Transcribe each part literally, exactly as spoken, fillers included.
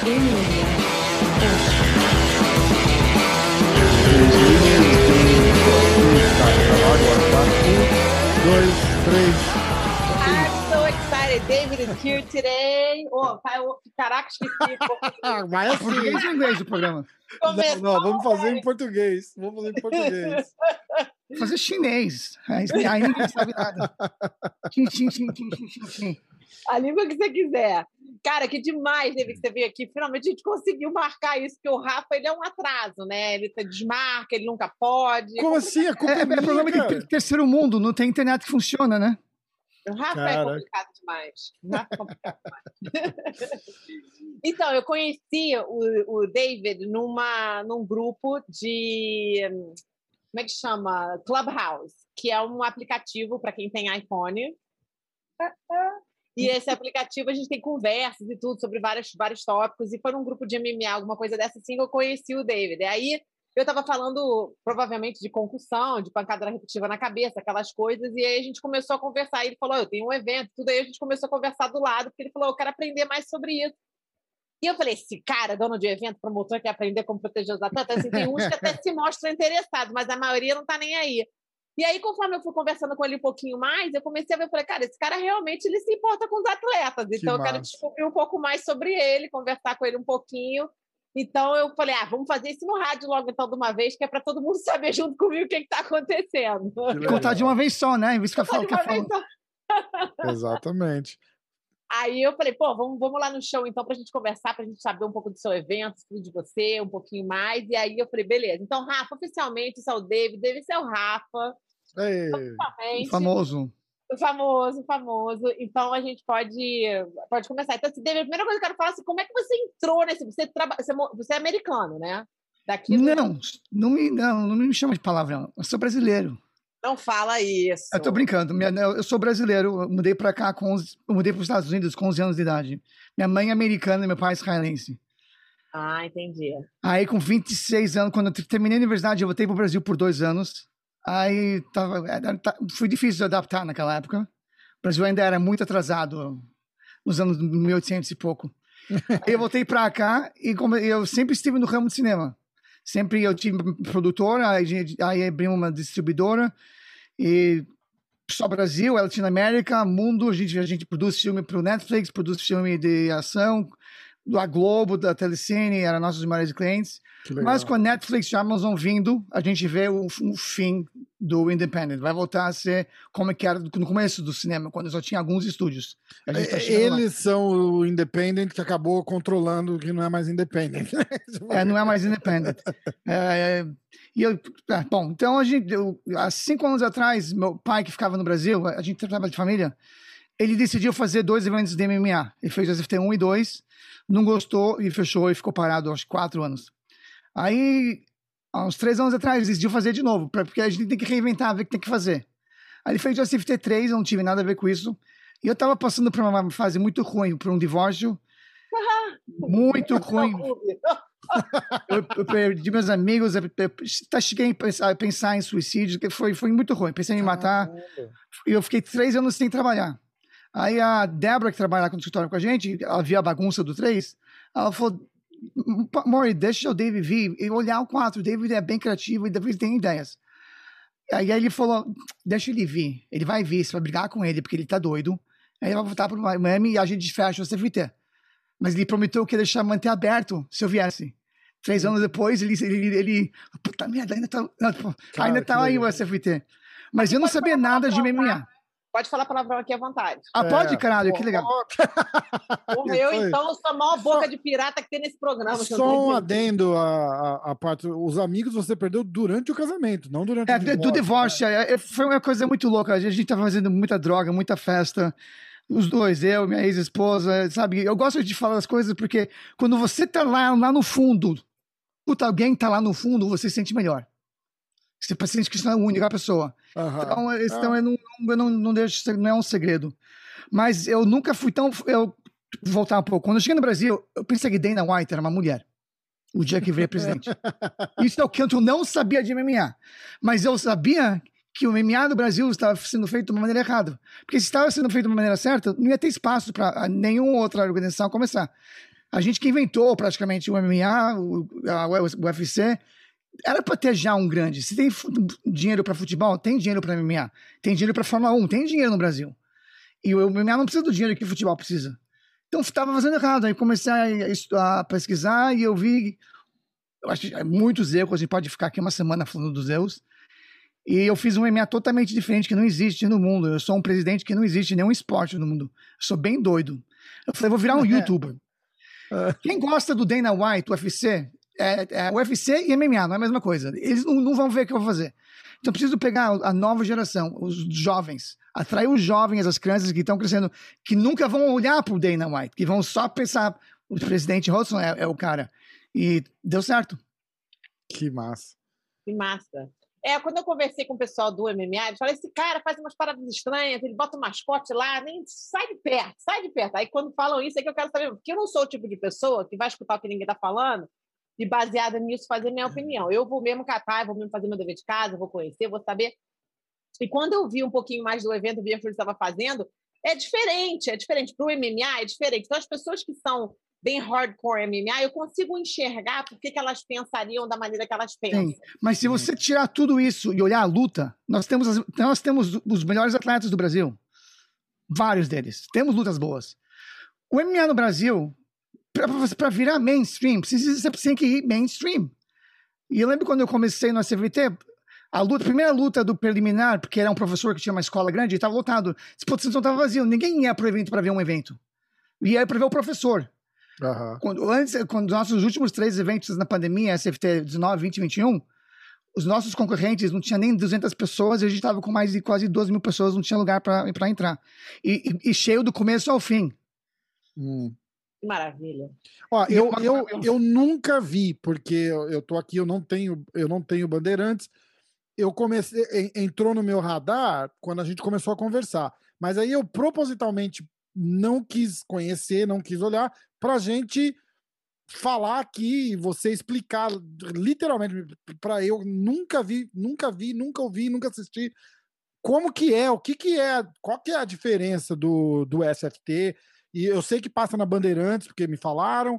Dois, três. I'm so excited. David is here today. Oh, caraca, esqueci. Vai assim. Português ou inglês o programa? Não, não, vamos fazer em português. Vamos fazer em português. Fazer chinês. Aí, aí ninguém sabe nada. Tchim, tchim, tchim, tchim, tchim, tchim. A língua que você quiser. Cara, que demais, David, que você veio aqui. Finalmente a gente conseguiu marcar isso, porque o Rafa, ele é um atraso, né? Ele desmarca, ele nunca pode. Como assim? A culpa É, é, minha, é problema cara. de terceiro mundo, não tem internet que funciona, né? O Rafa Cara. é complicado demais. O Rafa é complicado demais. Então, eu conheci o, o David numa, num grupo de... Como é que chama? Clubhouse, que é um aplicativo para quem tem iPhone. E esse aplicativo a gente tem conversas e tudo sobre vários, vários tópicos. E foi num grupo de M M A, alguma coisa dessa assim, que eu conheci o David. E aí eu estava falando provavelmente de concussão, de pancada repetitiva na cabeça, aquelas coisas. E aí a gente começou a conversar. E ele falou, eu tenho um evento, tudo. Aí a gente começou a conversar do lado, porque ele falou, eu quero aprender mais sobre isso. E eu falei, esse cara, dono de evento, promotor, quer aprender como proteger os atletas? Assim, tem uns que até se mostram interessados, mas a maioria não está nem aí. E aí, conforme eu fui conversando com ele um pouquinho mais, eu comecei a ver, eu falei, cara, esse cara realmente ele se importa com os atletas. Então, eu quero descobrir um pouco mais sobre ele, conversar com ele um pouquinho. Então, eu falei, ah, vamos fazer isso no rádio logo, então, de uma vez, que é para todo mundo saber junto comigo o que está acontecendo. Contar de uma vez só, né? Em vez de ficar falando. Exatamente. Aí eu falei, pô, vamos, vamos lá no show, então, pra gente conversar, pra gente saber um pouco do seu evento, tudo de você, um pouquinho mais. E aí eu falei, beleza. Então, Rafa, oficialmente, isso é o David, David, isso é o Rafa. Ei. O famoso. O famoso, famoso. Então, a gente pode, pode começar. Então, assim, David, a primeira coisa que eu quero falar é assim, como é que você entrou nesse... Você, traba... você, você é americano, né? Daqui não, do... não, me, não, não me chama de palavrão. Eu sou brasileiro. Não fala isso. Eu tô brincando. Minha, eu sou brasileiro. Eu mudei pra cá com onze, eu mudei para os Estados Unidos com onze anos de idade. Minha mãe é americana e meu pai é israelense. Ah, entendi. Aí, com vinte e seis anos, quando eu terminei a universidade, eu voltei pro Brasil por dois anos. Aí, tava, foi difícil de adaptar naquela época. O Brasil ainda era muito atrasado, nos anos mil e oitocentos e pouco. Aí eu voltei pra cá e como eu sempre estive no ramo de cinema. Sempre eu tive produtora, aí, aí abri uma distribuidora. E só Brasil, Latinoamérica, mundo, a gente, a gente produz filme para o Netflix, produz filme de ação, da Globo, da Telecine, eram nossos maiores clientes. Mas com a Netflix e a Amazon vindo, a gente vê o, o fim do Independent. Vai voltar a ser como que era no começo do cinema, quando só tinha alguns estúdios. A gente tá Eles lá. São o Independent que acabou controlando que não é mais Independent. É, não é mais Independent. É, e eu, é, bom, então a gente, eu, há cinco anos atrás, meu pai que ficava no Brasil, a gente trabalha de família, ele decidiu fazer dois eventos de M M A. Ele fez o S F T um e dois, não gostou e fechou e ficou parado aos quatro anos. Aí, há uns três anos atrás, ele decidiu fazer de novo, porque a gente tem que reinventar, ver o que tem que fazer. Aí ele fez o S F T três, eu não tive nada a ver com isso. E eu tava passando por uma fase muito ruim, por um divórcio. Muito ruim. Eu, eu perdi meus amigos, eu, eu cheguei a pensar, a pensar em suicídio, que foi, foi muito ruim. Pensei em me matar. E eu fiquei três anos sem trabalhar. Aí a Débora, que trabalha no escritório com a gente, ela viu a bagunça do três, ela falou, Mori, deixa o David vir e olhar o quatro. O David é bem criativo e David tem ideias. Aí ele falou, deixa ele vir. Ele vai vir, você vai brigar com ele, porque ele tá doido. Aí ele vai voltar para o Miami e a gente fecha o S F T. Mas ele prometeu que ia deixar manter aberto se eu viesse. Três anos depois, ele... ele, ele puta merda, ainda tá, Cara, ainda tá aí o S F T. Mas eu não sabia nada de M M A. Pode falar palavrão aqui à vontade. Ah, pode, é, caralho, que legal. Eu, então, sou a maior boca só, de pirata que tem nesse programa. Só um adendo a, a, a parte... Os amigos você perdeu durante o casamento, não durante é, o divórcio. Do divórcio, né? é, foi uma coisa muito louca. A gente tava fazendo muita droga, muita festa. Os dois, eu, minha ex-esposa, sabe? Eu gosto de falar as coisas porque quando você tá lá, lá no fundo, puta, alguém tá lá no fundo, você se sente melhor. Você sente que você não é a única pessoa. Uhum. Então, então ah. eu, não, eu não, não deixo, não é um segredo. Mas eu nunca fui tão... Eu, voltar um pouco. Quando eu cheguei no Brasil, eu pensei que Dana White era uma mulher. O dia que veio presidente. Isso é o que eu não sabia de M M A. Mas eu sabia que o M M A do Brasil estava sendo feito de uma maneira errada. Porque se estava sendo feito de uma maneira certa, não ia ter espaço para nenhuma outra organização começar. A gente que inventou praticamente o M M A, o, a, o U F C, era para ter já um grande. Se tem dinheiro para futebol, tem dinheiro para M M A. Tem dinheiro para Fórmula um, tem dinheiro no Brasil. E o M M A não precisa do dinheiro que o futebol precisa. Então estava fazendo errado. Aí comecei a, a pesquisar e eu vi, eu acho, muitos erros. A gente pode ficar aqui uma semana falando dos erros. E eu fiz um M M A totalmente diferente, que não existe no mundo. Eu sou um presidente que não existe nenhum esporte no mundo. Eu sou bem doido. Eu falei, vou virar um youtuber. Quem gosta do Dana White, U F C, é, é U F C e M M A, não é a mesma coisa. Eles não, não vão ver o que eu vou fazer. Então eu preciso pegar a nova geração, os jovens, atrair os jovens, as crianças que estão crescendo, que nunca vão olhar pro Dana White, que vão só pensar, o presidente Hudson é, é o cara. E deu certo. Que massa. Que massa. É, quando eu conversei com o pessoal do M M A, eu falei, esse cara faz umas paradas estranhas, ele bota um mascote lá, nem sai de perto, sai de perto. Aí quando falam isso, é que eu quero saber, porque eu não sou o tipo de pessoa que vai escutar o que ninguém tá falando e baseada nisso fazer minha opinião. Eu vou mesmo catar, eu vou mesmo fazer meu dever de casa, vou conhecer, vou saber. E quando eu vi um pouquinho mais do evento, vi o que ele estava fazendo, é diferente, é diferente. Para o M M A é diferente. Então as pessoas que são bem hardcore M M A, eu consigo enxergar por que elas pensariam da maneira que elas pensam. Sim, mas se você tirar tudo isso e olhar a luta, nós temos, as, nós temos os melhores atletas do Brasil. Vários deles. Temos lutas boas. O M M A no Brasil, para virar mainstream, você tem que ir mainstream. E eu lembro quando eu comecei no C V T, a luta, a primeira luta do preliminar, porque era um professor que tinha uma escola grande, estava lotado. Esse não estava vazio. Ninguém ia para o evento para ver um evento. Ia para ver o professor. Uhum. Quando, antes, quando nossos últimos três eventos na pandemia, S F T dezenove, vinte e vinte e um, os nossos concorrentes não tinham nem duzentas pessoas e a gente estava com mais de quase doze mil pessoas, não tinha lugar para entrar. E, e, e cheio do começo ao fim. Hum. Que maravilha. Ó, eu, eu, eu nunca vi, porque eu, eu tô aqui, eu não tenho, eu não tenho Bandeirantes. Eu comecei, entrou no meu radar quando a gente começou a conversar. Mas aí eu propositalmente não quis conhecer, não quis olhar, pra gente falar aqui, você explicar literalmente para eu nunca vi, nunca vi, nunca ouvi, nunca assisti como que é, o que que é, qual que é a diferença do, do S F T. E eu sei que passa na Bandeirantes, porque me falaram,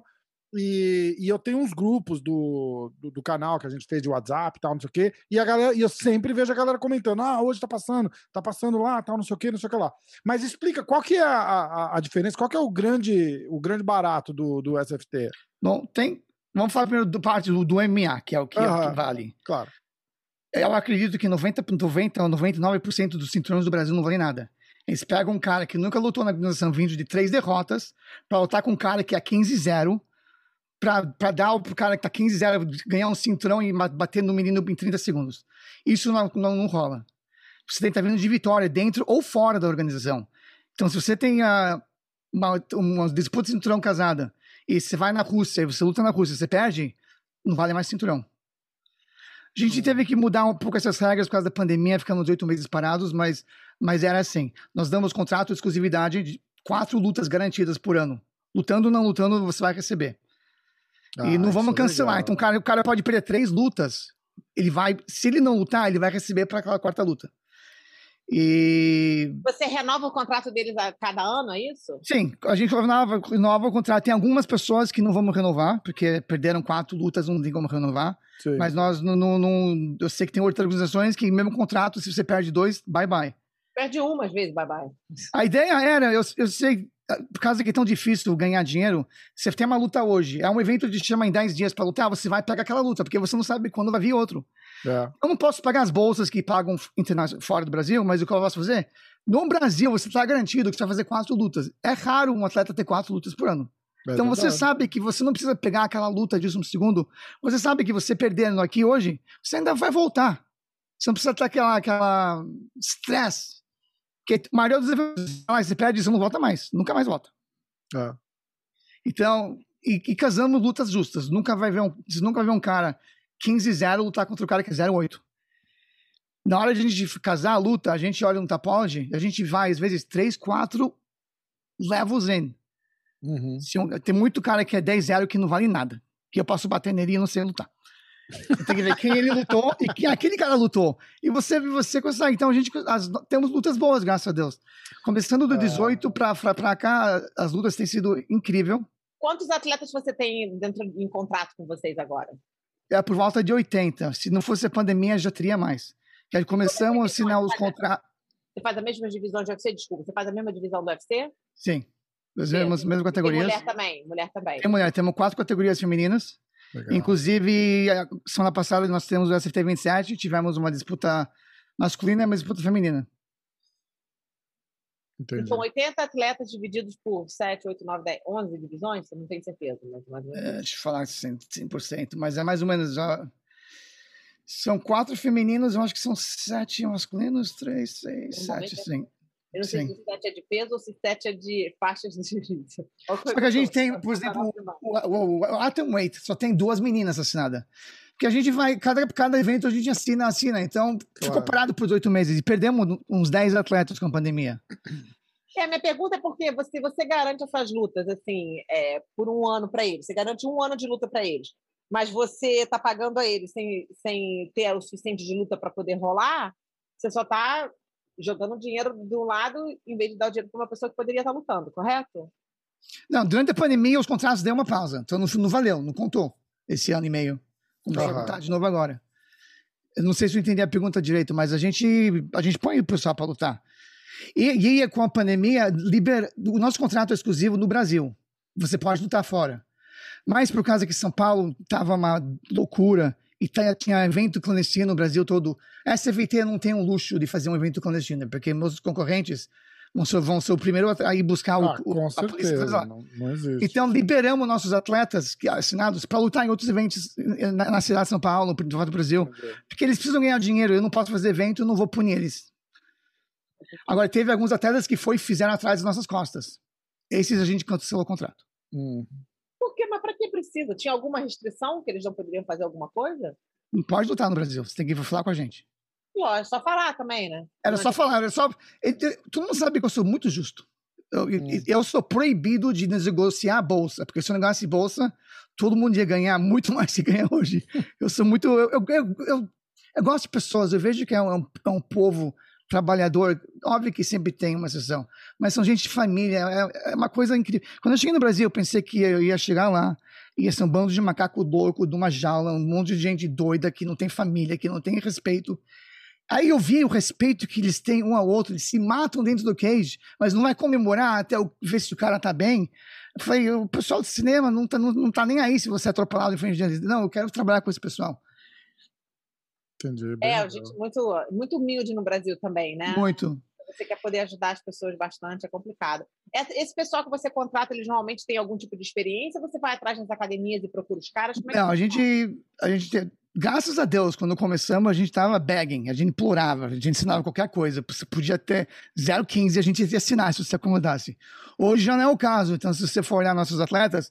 e, e eu tenho uns grupos do, do, do canal que a gente fez de WhatsApp e tal, não sei o quê, e a galera, e eu sempre vejo a galera comentando, ah, hoje tá passando, tá passando lá, tal, não sei o quê, não sei o que lá. Mas explica, qual que é a, a, a diferença, qual que é o grande, o grande barato do, do S F T? Bom, tem, vamos falar primeiro do parte do, do M M A, que é o que, uhum, é o que vale. Claro. Eu acredito que noventa, noventa ou noventa e nove por cento dos cinturões do Brasil não valem nada. Eles pegam um cara que nunca lutou na organização vindo de três derrotas pra lutar com um cara que é quinze a zero, pra, pra dar pro cara que tá quinze a zero ganhar um cinturão e bater no menino em trinta segundos. Isso não, não, não rola. Você tem que estar vindo de vitória dentro ou fora da organização. Então, se você tem uh, uma, uma disputa de cinturão casada e você vai na Rússia e você luta na Rússia e você perde, não vale mais cinturão. A gente teve que mudar um pouco essas regras por causa da pandemia, ficamos oito meses parados, mas, mas era assim. Nós damos contrato de exclusividade de quatro lutas garantidas por ano. Lutando ou não lutando, você vai receber. Ah, e não vamos cancelar. É então o cara, o cara pode perder três lutas. Ele vai, se ele não lutar, ele vai receber para aquela quarta luta. E... Você renova o contrato deles a cada ano, é isso? Sim, a gente renova, renova o contrato. Tem algumas pessoas que não vamos renovar, porque perderam quatro lutas, não tem como renovar. Sim. Mas nós não, não, não... Eu sei que tem outras organizações que, mesmo contrato, se você perde dois, bye bye. Perde uma às vezes, bye bye. A ideia era, eu, eu sei, por causa que é tão difícil ganhar dinheiro, você tem uma luta hoje, é um evento que te chama em dez dias para lutar, você vai pegar aquela luta, porque você não sabe quando vai vir outro. É. Eu não posso pagar as bolsas que pagam fora do Brasil, mas o que eu posso fazer? No Brasil, você está garantido que você vai fazer quatro lutas. É raro um atleta ter quatro lutas por ano. É então verdade. Você sabe que você não precisa pegar aquela luta de um segundo. Você sabe que você perdendo aqui hoje, você ainda vai voltar. Você não precisa ter aquela, aquela stress. Porque a maioria dos eventos, você perde e você não volta mais. Nunca mais volta. É. Então, e, e casamos lutas justas. Nunca vai ver um, você nunca vai ver um cara quinze a zero lutar contra o cara que é zero a oito. Na hora de a gente casar a luta, a gente olha no Tapology, a gente vai, às vezes, três, quatro levels in. Uhum. Um, tem muito cara que é dez a zero que não vale nada. Que eu posso bater nele e não sei lutar. Você tem que ver quem ele lutou e quem aquele cara lutou. E você, você consegue. Então, a gente as, temos lutas boas, graças a Deus. Começando do dezoito pra, pra, pra cá, as lutas têm sido incrível. Quantos atletas você tem dentro em contrato com vocês agora? É por volta de oitenta. Se não fosse a pandemia, já teria mais. Que aí começamos a assinar os contratos. Você faz a mesma divisão de U F C? Desculpa, você faz a mesma divisão do U F C? Sim. As mesmas, mesmas categorias. Tem mulher também? Mulher também. Tem mulher. Temos quatro categorias femininas. Legal. Inclusive, a semana passada nós temos o U F C vinte e sete, tivemos uma disputa masculina e uma disputa feminina. Entendi. São oitenta atletas divididos por sete, oito, nove, dez, onze divisões? Eu não tenho certeza. Mas mais ou menos. É, deixa eu falar cem por cento, mas é mais ou menos... Ó, são quatro femininos, eu acho que são sete masculinos, três, seis, sete, sim. Eu não sei sim. se sete é de peso ou se sete é de faixas de jiu-jitsu. Só que a gente tem, por exemplo, o, o, o Atomweight, só tem duas meninas assinadas. Porque a gente vai, cada, cada evento a gente assina, assina. Então, claro. Ficou parado por oito meses e perdemos uns dez atletas com a pandemia. É, minha pergunta é porque você, você garante essas lutas, assim, é, por um ano para eles. Você garante um ano de luta para eles. Mas você está pagando a eles sem, sem ter o suficiente de luta para poder rolar, você só está jogando dinheiro de um lado em vez de dar o dinheiro para uma pessoa que poderia estar lutando, correto? Não, durante a pandemia os contratos deu uma pausa, então não, não valeu, não contou esse ano e meio. Começou a contar de novo agora. Eu não sei se eu entendi a pergunta direito, mas a gente, a gente põe o pessoal para lutar. E, e com a pandemia, liber, o nosso contrato é exclusivo no Brasil. Você pode lutar fora. Mas por causa que São Paulo estava uma loucura e tinha evento clandestino no Brasil todo, a S F T não tem o luxo de fazer um evento clandestino, porque meus concorrentes vão ser, vão ser o primeiro a ir buscar ah, o, com a certeza, não, não existe. Então liberamos nossos atletas assinados para lutar em outros eventos na, na cidade de São Paulo, no do Brasil, okay. Porque eles precisam ganhar dinheiro, eu não posso fazer evento, eu não vou punir eles. Agora, teve alguns atletas que foi e fizeram atrás das nossas costas. Esses a gente cancelou o contrato. Hum. Por quê? Mas para que precisa? Tinha alguma restrição que eles não poderiam fazer alguma coisa? Não pode lutar no Brasil, você tem que falar com a gente. Lógico, só falar também, né? Era não só é... falar, era só... Todo mundo sabe que eu sou muito justo. Eu, hum. eu sou proibido de negociar a bolsa, porque se eu negociasse bolsa, todo mundo ia ganhar muito mais que ganha hoje. Eu sou muito... Eu, eu, eu, eu, eu gosto de pessoas, eu vejo que é um, é um povo trabalhador, óbvio que sempre tem uma exceção, mas são gente de família, é, é uma coisa incrível. Quando eu cheguei no Brasil, eu pensei que eu ia chegar lá, ia ser um bando de macaco louco, de uma jaula, um monte de gente doida, que não tem família, que não tem respeito. Aí eu vi o respeito que eles têm um ao outro, eles se matam dentro do cage, mas não vai comemorar até eu ver se o cara tá bem. Eu falei, o pessoal do cinema não tá, não, não tá nem aí se você é atropelado em frente deles. Não, eu quero trabalhar com esse pessoal. Entendi. É, a gente muito, muito humilde no Brasil também, né? Muito. Você quer poder ajudar as pessoas bastante, é complicado. Esse pessoal que você contrata, eles normalmente têm algum tipo de experiência? Você vai atrás nas academias e procura os caras? Como é que Não, a gente, a gente, graças a Deus, quando começamos, a gente tava begging, a gente implorava, a gente ensinava qualquer coisa. Você podia ter zero vírgula quinze e a gente ia assinar se você acomodasse. Hoje já não é o caso, então se você for olhar nossos atletas,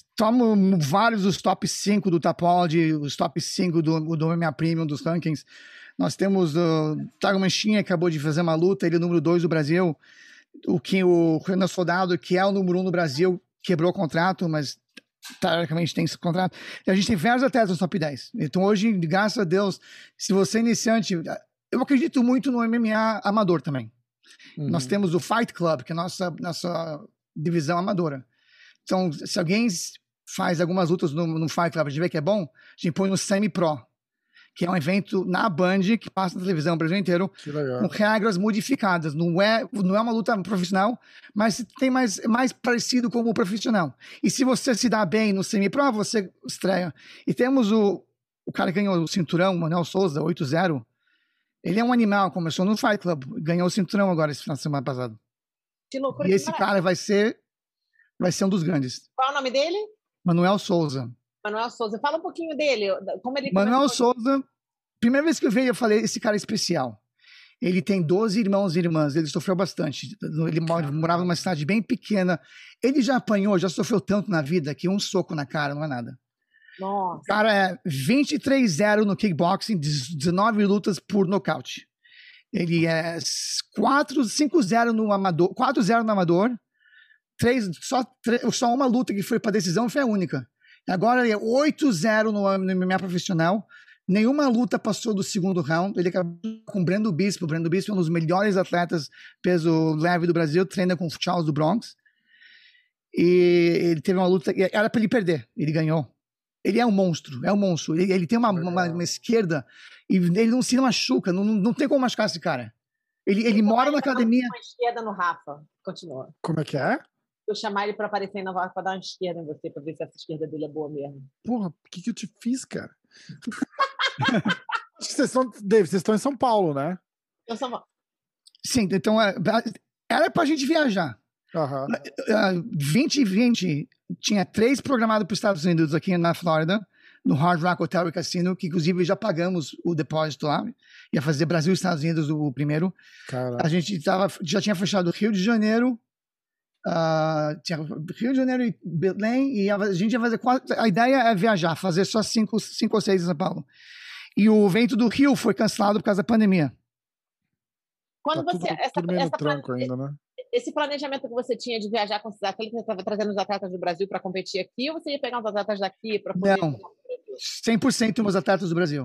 tomam vários dos top cinco do Tapod, os top cinco do, do M M A Premium, dos rankings. Nós temos o uh, Thiago Manchinha, acabou de fazer uma luta, ele é o número dois do Brasil. O, que, o Renan Soldado, que é o número um do Brasil, quebrou o contrato, mas teoricamente tem esse contrato. E a gente tem vários atletas no top dez. Então hoje, graças a Deus, se você é iniciante, eu acredito muito no M M A amador também. Uhum. Nós temos o Fight Club, que é a nossa, nossa divisão amadora. Então, se alguém faz algumas lutas no, no Fight Club, a gente vê que é bom, a gente põe no Semi-Pro, que é um evento na Band, que passa na televisão no Brasil inteiro, com regras modificadas. Não é, não é uma luta profissional, mas tem mais, mais parecido com o profissional. E se você se dá bem no semi-pro, você estreia. E temos o, o cara que ganhou o cinturão, Manuel Souza, oito zero. Ele é um animal, começou no Fight Club, ganhou o cinturão agora, esse final de semana passado. Que loucura. E esse cara vai ser, vai ser um dos grandes. Qual é o nome dele? Manuel Souza. Manuel Souza, fala um pouquinho dele. Como ele Manuel Souza, primeira vez que eu veio, eu falei, esse cara é especial. Ele tem doze irmãos e irmãs, ele sofreu bastante. Ele morava numa cidade bem pequena. Ele já apanhou, já sofreu tanto na vida que um soco na cara não é nada. Nossa. O cara é vinte e três a zero no kickboxing, dezenove lutas por nocaute. Ele é quatro, cinco a zero no amador, quatro a zero no amador, três, só, três, só uma luta que foi para decisão foi a única. Agora ele é oito a zero no, no M M A profissional. Nenhuma luta passou do segundo round. Ele acabou com o Brendo Bispo. O Brendo Bispo é um dos melhores atletas peso leve do Brasil. Treina com o Charles do Bronx. E ele teve uma luta, era pra ele perder, ele ganhou. Ele é um monstro, é um monstro. Ele, ele tem uma, uma, uma esquerda e ele não se machuca, não, não tem como machucar esse cara. Ele, ele mora na academia. Uma esquerda no Rafa, continua. Como é que é? Eu chamar ele pra aparecer na Rafa pra dar uma esquerda em você, pra ver se essa esquerda dele é boa mesmo. Porra, o que, que eu te fiz, cara? Acho que vocês estão, Dave, vocês estão em São Paulo, né? Eu sou uma... Sim, então era pra gente viajar. Uhum. vinte e vinte tinha três programados para os Estados Unidos aqui na Flórida, no Hard Rock Hotel e Cassino, que inclusive já pagamos o depósito lá. Ia fazer Brasil e Estados Unidos o primeiro. Caraca. A gente tava, já tinha fechado Rio de Janeiro, uh, tinha Rio de Janeiro e Belém, e a gente ia fazer quatro. A ideia é viajar, fazer só cinco, cinco ou seis em São Paulo. E o evento do Rio foi cancelado por causa da pandemia. Quando tá você. tudo, essa, tudo meio essa no tranco plane... ainda, né? Esse planejamento que você tinha de viajar com esses atletas, você estava trazendo os atletas do Brasil para competir aqui, ou você ia pegar os atletas daqui para poder... Não, cem por cento os atletas do Brasil.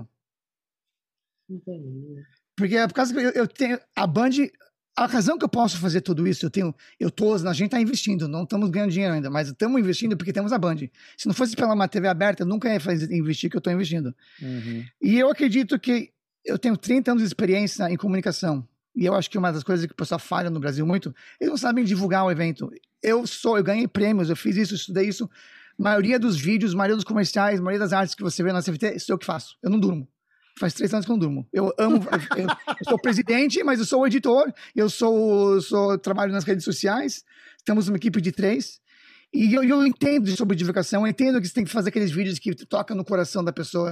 Entendi. Porque é por causa que eu, eu tenho... A Band... A razão que eu posso fazer tudo isso, eu tenho... Eu tô, a gente está investindo, não estamos ganhando dinheiro ainda, mas estamos investindo porque temos a Band. Se não fosse pela uma T V aberta, eu nunca ia fazer, investir que eu estou investindo. Uhum. E eu acredito que eu tenho trinta anos de experiência em comunicação. E eu acho que uma das coisas que o pessoal falha no Brasil muito, eles não sabem divulgar o evento. Eu sou, eu ganhei prêmios, eu fiz isso, estudei isso. A maioria dos vídeos, a maioria dos comerciais, a maioria das artes que você vê na C F T, isso é o que faço. Eu não durmo. Faz três anos que eu não durmo. Eu amo, eu, eu sou presidente, mas eu sou o editor, eu sou, sou trabalho nas redes sociais, estamos uma equipe de três. E eu, eu entendo sobre divulgação, eu entendo que você tem que fazer aqueles vídeos que tocam no coração da pessoa.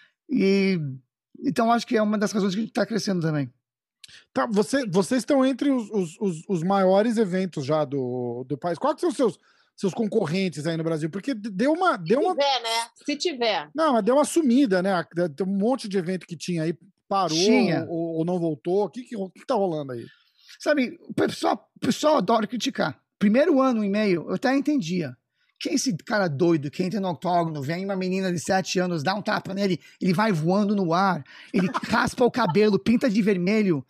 E então acho que é uma das razões que a gente está crescendo também. Tá, você, vocês estão entre os, os, os, os maiores eventos já do, do país. Quais são os seus, seus concorrentes aí no Brasil? Porque deu uma... Deu Se uma... tiver, né? Se tiver. Não, mas deu uma sumida, né? Tem um monte de evento que tinha aí, parou ou, ou não voltou. O que, que, que tá rolando aí? Sabe, o pessoal, o pessoal adora criticar. Primeiro ano e meio, eu até entendia. Quem é esse cara doido que entra no octógono, vem uma menina de sete anos, dá um tapa nele, ele vai voando no ar, ele raspa o cabelo, pinta de vermelho,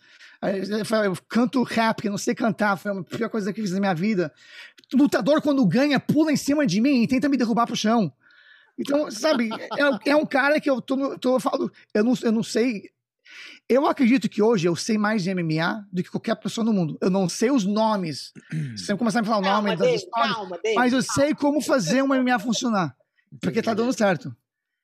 eu canto rap, que eu não sei cantar, foi a pior coisa que eu fiz na minha vida. O lutador, quando ganha, pula em cima de mim e tenta me derrubar pro chão. Então, sabe, é, é um cara que eu tô, tô falando, eu não, eu não sei... Eu acredito que hoje eu sei mais de M M A do que qualquer pessoa no mundo. Eu não sei os nomes. Você começar a me falar o nome das Dave, histórias, calma, Dave, mas eu calma. sei como fazer uma M M A funcionar. Porque tá dando certo.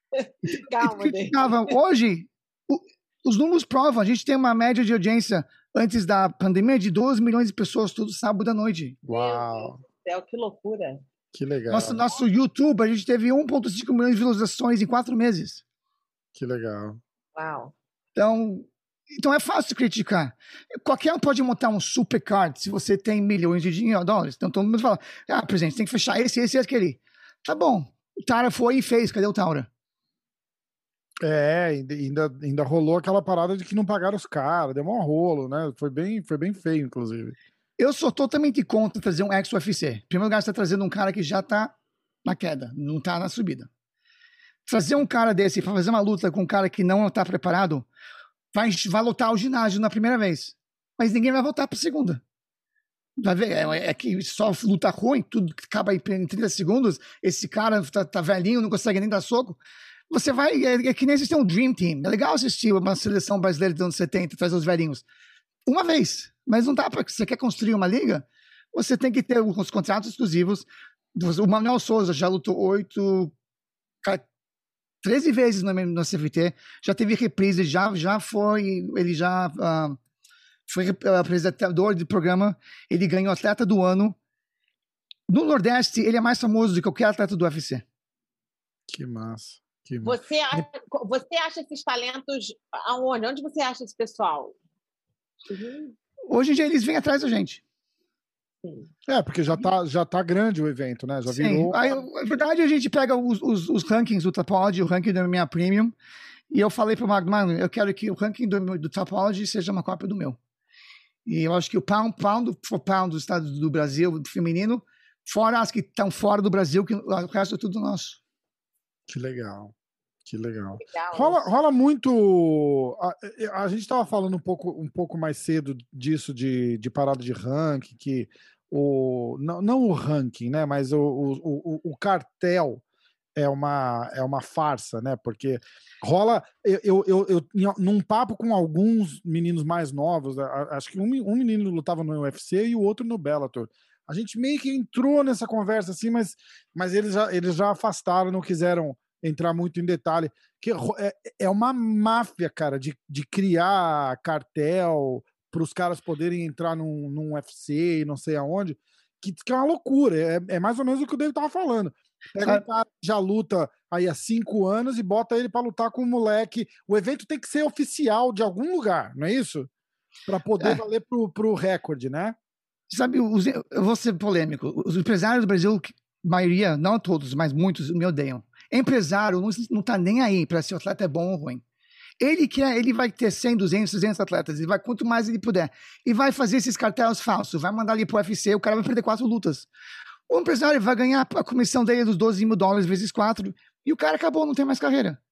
Calma, Dave. Hoje, o, os números provam. A gente tem uma média de audiência antes da pandemia de doze milhões de pessoas todo sábado à noite. Uau! Meu Deus do céu, que loucura. Que legal. Nosso, nosso YouTube, a gente teve um vírgula cinco milhões de visualizações em quatro meses. Que legal. Uau. Então, então é fácil criticar. Qualquer um pode montar um supercard se você tem milhões de dinheiro, dólares. Então todo mundo fala, ah, presidente, tem que fechar esse, esse e aquele. Tá bom. O Taura foi e fez. Cadê o Taura? É, ainda, ainda rolou aquela parada de que não pagaram os caras. Deu um rolo, né? Foi bem, foi bem feio, inclusive. Eu sou totalmente contra trazer um ex-U F C. Em primeiro lugar, você está trazendo um cara que já tá na queda, não tá na subida. Trazer um cara desse para fazer uma luta com um cara que não está preparado vai, vai lotar o ginásio na primeira vez. Mas ninguém vai voltar para a segunda. Vai ver, é, é que só luta ruim, tudo acaba em trinta segundos. Esse cara tá, tá velhinho, não consegue nem dar soco. Você vai, é, é que nem assistir um Dream Team. É legal assistir uma seleção brasileira dos anos setenta, trazer os velhinhos. Uma vez. Mas não dá para. Você quer construir uma liga? Você tem que ter os contratos exclusivos. O Manuel Souza já lutou oito. treze vezes no, no C F T, já teve reprise, já, já foi, ele já uh, foi apresentador de programa, ele ganhou atleta do ano. No Nordeste, ele é mais famoso do que qualquer atleta do U F C. Que massa. Que massa. Você, acha, você acha esses talentos aonde? Onde você acha esse pessoal? Uhum. Hoje em dia, eles vêm atrás da gente. Sim. É, porque já tá, já tá grande o evento, né? Já virou... Aí, na verdade, a gente pega os, os, os rankings do Tapology, o ranking do M M A Premium, e eu falei pro Magno, mano, eu quero que o ranking do, do Tapology seja uma cópia do meu. E eu acho que o pound, pound for pound do estado do Brasil feminino, fora as que estão fora do Brasil, que o resto é tudo nosso. Que legal. Que legal. legal rola, rola muito... A, a gente estava falando um pouco, um pouco mais cedo disso, de, de parada de ranking, que o não, não o ranking, né? Mas o, o, o, o cartel é uma, é uma farsa, né? Porque rola. Eu, eu, eu, eu, num papo com alguns meninos mais novos, acho que um, um menino lutava no U F C e o outro no Bellator. A gente meio que entrou nessa conversa assim, mas, mas eles, já, eles já afastaram, não quiseram entrar muito em detalhe. Que é, é uma máfia, cara, de, de criar cartel para os caras poderem entrar num, num U F C e não sei aonde, que, que é uma loucura. É, é mais ou menos o que o David tava falando. Pega um cara que já luta aí há cinco anos e bota ele para lutar com um moleque. O evento tem que ser oficial de algum lugar, não é isso? Para poder é. valer pro, pro recorde, né? Sabe, os, eu vou ser polêmico. Os empresários do Brasil, maioria, não todos, mas muitos, me odeiam. Empresário não, não tá nem aí para se o atleta é bom ou ruim. Ele quer, ele vai ter cem, duzentos, trezentos atletas, ele vai quanto mais ele puder. E vai fazer esses cartéis falsos, vai mandar ali pro U F C, o cara vai perder quatro lutas. O empresário vai ganhar a comissão dele dos doze mil dólares vezes quatro e o cara acabou, não tem mais carreira.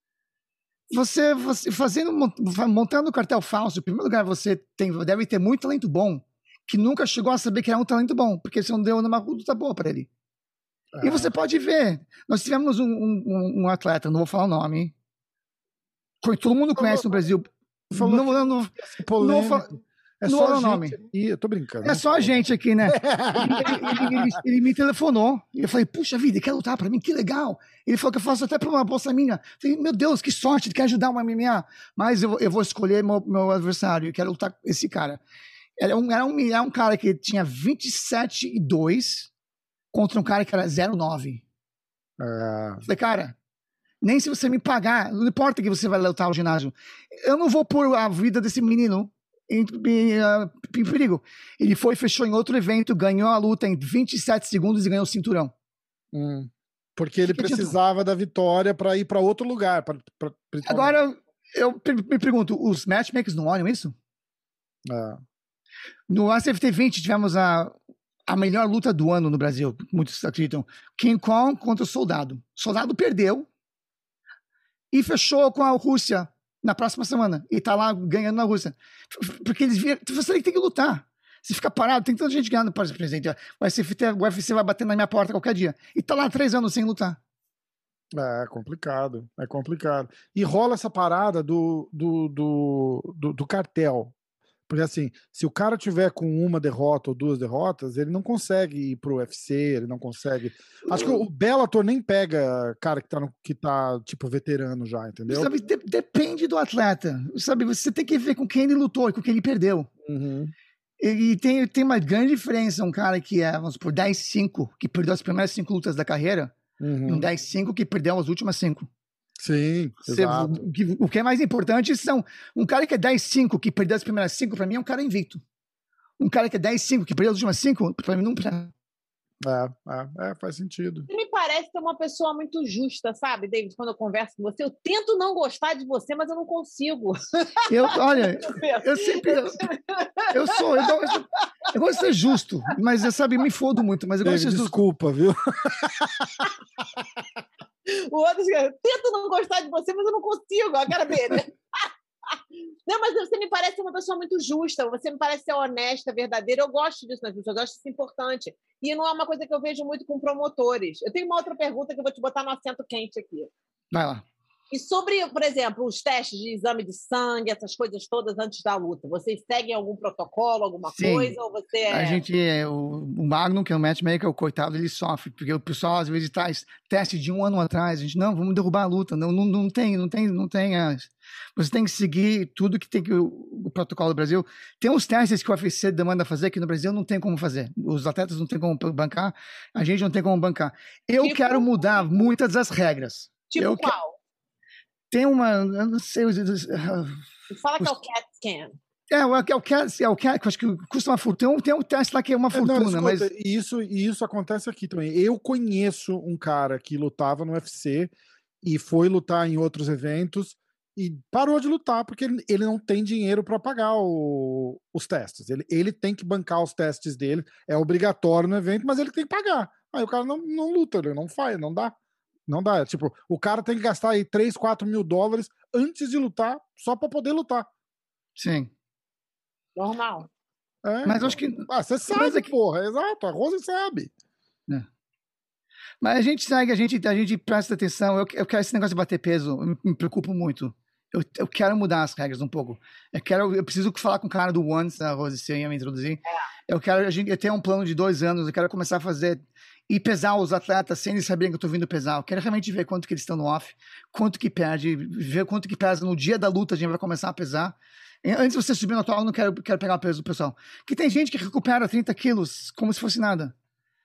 Você, você fazendo, montando um cartel falso, em primeiro lugar, você tem, deve ter muito talento bom, que nunca chegou a saber que era um talento bom, porque você não deu uma luta boa para ele. Ah. E você pode ver, nós tivemos um, um, um atleta, não vou falar o nome, que todo mundo conhece no Brasil. Falou não, não, não, não, não, é não só o nome. Aqui, eu tô brincando. É só a gente aqui, né? ele, ele, ele, ele me telefonou e eu falei, puxa vida, ele quer lutar pra mim, que legal. Ele falou que eu faço até pra uma bolsa minha. Eu falei, meu Deus, que sorte, ele quer ajudar uma M M A. Mas eu, eu vou escolher meu, meu adversário, eu quero lutar com esse cara. Era um, era, um, era um cara que tinha vinte e sete e dois contra um cara que era zero nove. É... Eu falei, cara, nem se você me pagar, não importa que você vai lutar ao ginásio, eu não vou pôr a vida desse menino Em, em, uh, em perigo. Ele foi, fechou em outro evento, ganhou a luta em vinte e sete segundos e ganhou o cinturão. Hum, porque ele que precisava que da vitória para ir para outro lugar. Pra, pra, pra... Agora, eu me pergunto, os matchmakers não olham isso? É. No A C F T vinte tivemos a, a melhor luta do ano no Brasil, muitos acreditam. King Kong contra o Soldado. O Soldado perdeu e fechou com a Rússia na próxima semana, e tá lá ganhando na Rússia. Porque eles viram, você tem que lutar. Se ficar parado, tem tanta gente ganhando para presidente. O U F C, o U F C vai bater na minha porta qualquer dia. E tá lá três anos sem lutar. É complicado, é complicado. E rola essa parada do, do, do, do, do cartel. Porque assim, se o cara tiver com uma derrota ou duas derrotas, ele não consegue ir pro U F C, ele não consegue... Acho que o Bellator nem pega cara que tá, no, que tá tipo, veterano já, entendeu? Sabe, de, depende do atleta. Sabe, você tem que ver com quem ele lutou e com quem ele perdeu. Uhum. E, e tem, tem uma grande diferença, um cara que é, vamos supor, dez cinco, que perdeu as primeiras cinco lutas da carreira, uhum. e um dez cinco que perdeu as últimas cinco. Sim, Você, exato. O que, o que é mais importante são um cara que é dez cinco, que perdeu as primeiras cinco, pra mim é um cara invicto. Um cara que é dez cinco, que perdeu as últimas cinco, pra mim não... É, é, é, faz sentido. Você me parece ser uma pessoa muito justa, sabe, David? Quando eu converso com você, eu tento não gostar de você, mas eu não consigo. Eu, olha, eu sempre... Eu, eu sou... Eu, eu, eu gosto de ser justo, mas, sabe, me fodo muito, mas eu gosto David, de ser desculpa, viu? O outro diz, eu tento não gostar de você, mas eu não consigo, a cara dele. Não, mas você me parece uma pessoa muito justa, você me parece ser honesta, verdadeira. Eu gosto disso nas pessoas, eu acho isso importante. E não é uma coisa que eu vejo muito com promotores. Eu tenho uma outra pergunta que eu vou te botar no assento quente aqui. Vai lá. E sobre, por exemplo, os testes de exame de sangue, essas coisas todas antes da luta, vocês seguem algum protocolo, alguma Sim. coisa? Ou você é... A gente, o, o Magnum, que é o matchmaker, o coitado, ele sofre, porque o pessoal às vezes traz teste de um ano atrás, a gente, não, vamos derrubar a luta, não, não, não tem, não tem, não tem, é, você tem que seguir tudo que tem que, o, o protocolo do Brasil. Tem uns testes que o U F C demanda fazer, que no Brasil não tem como fazer, os atletas não tem como bancar, a gente não tem como bancar. Eu tipo, quero mudar muitas das regras. Tipo eu qual? Que... Tem uma, eu não sei... Fala que é o CAT scan. É, o, é o CAT, é o CAT, acho que custa uma fortuna. Tem um, tem um teste lá que é uma fortuna, não, escuta, mas... E isso, e isso acontece aqui também. Eu conheço um cara que lutava no U F C e foi lutar em outros eventos e parou de lutar porque ele, ele não tem dinheiro para pagar o, os testes. Ele, ele tem que bancar os testes dele, é obrigatório no evento, mas ele tem que pagar. Aí o cara não, não luta, ele não faz, não dá. Não dá, tipo, o cara tem que gastar aí três, quatro mil dólares antes de lutar, só para poder lutar. Sim. Normal. É, mas então. acho que... Ah, você sabe, é que... porra, exato, a Rose sabe. É. Mas a gente segue, a gente, a gente presta atenção, eu, eu quero esse negócio de bater peso, eu me, me preocupo muito. Eu, eu quero mudar as regras um pouco. Eu quero, eu preciso falar com o cara do Once, a Rose, se eu ia me introduzir. É. Eu quero, a gente, eu tenho um plano de dois anos, eu quero começar a fazer e pesar os atletas sem eles saberem que eu tô vindo pesar. Eu quero realmente ver quanto que eles estão no off, quanto que perde, ver quanto que pesa no dia da luta, a gente vai começar a pesar. Antes de você subir no atual, eu não quero, quero pegar o peso do pessoal. Porque tem gente que recupera trinta quilos como se fosse nada.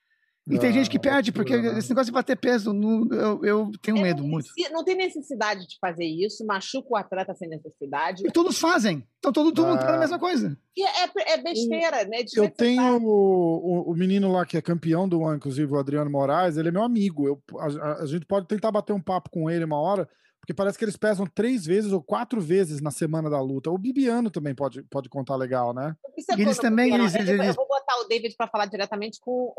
E ah, tem gente que perde, porque né? Esse negócio de bater peso, no, eu, eu tenho medo não, muito. Não tem necessidade de fazer isso, machuca o atleta sem necessidade. E todos fazem. Então todo, todo ah. mundo faz a mesma coisa. E é, é besteira, né? Eu tenho o, o, o menino lá que é campeão do One, inclusive o Adriano Moraes, ele é meu amigo. Eu, a, a gente pode tentar bater um papo com ele uma hora, porque parece que eles pesam três vezes ou quatro vezes na semana da luta. O Bibiano também pode, pode contar legal, né? E eles também... Eles, eles, eles... Eu vou botar o David para falar diretamente com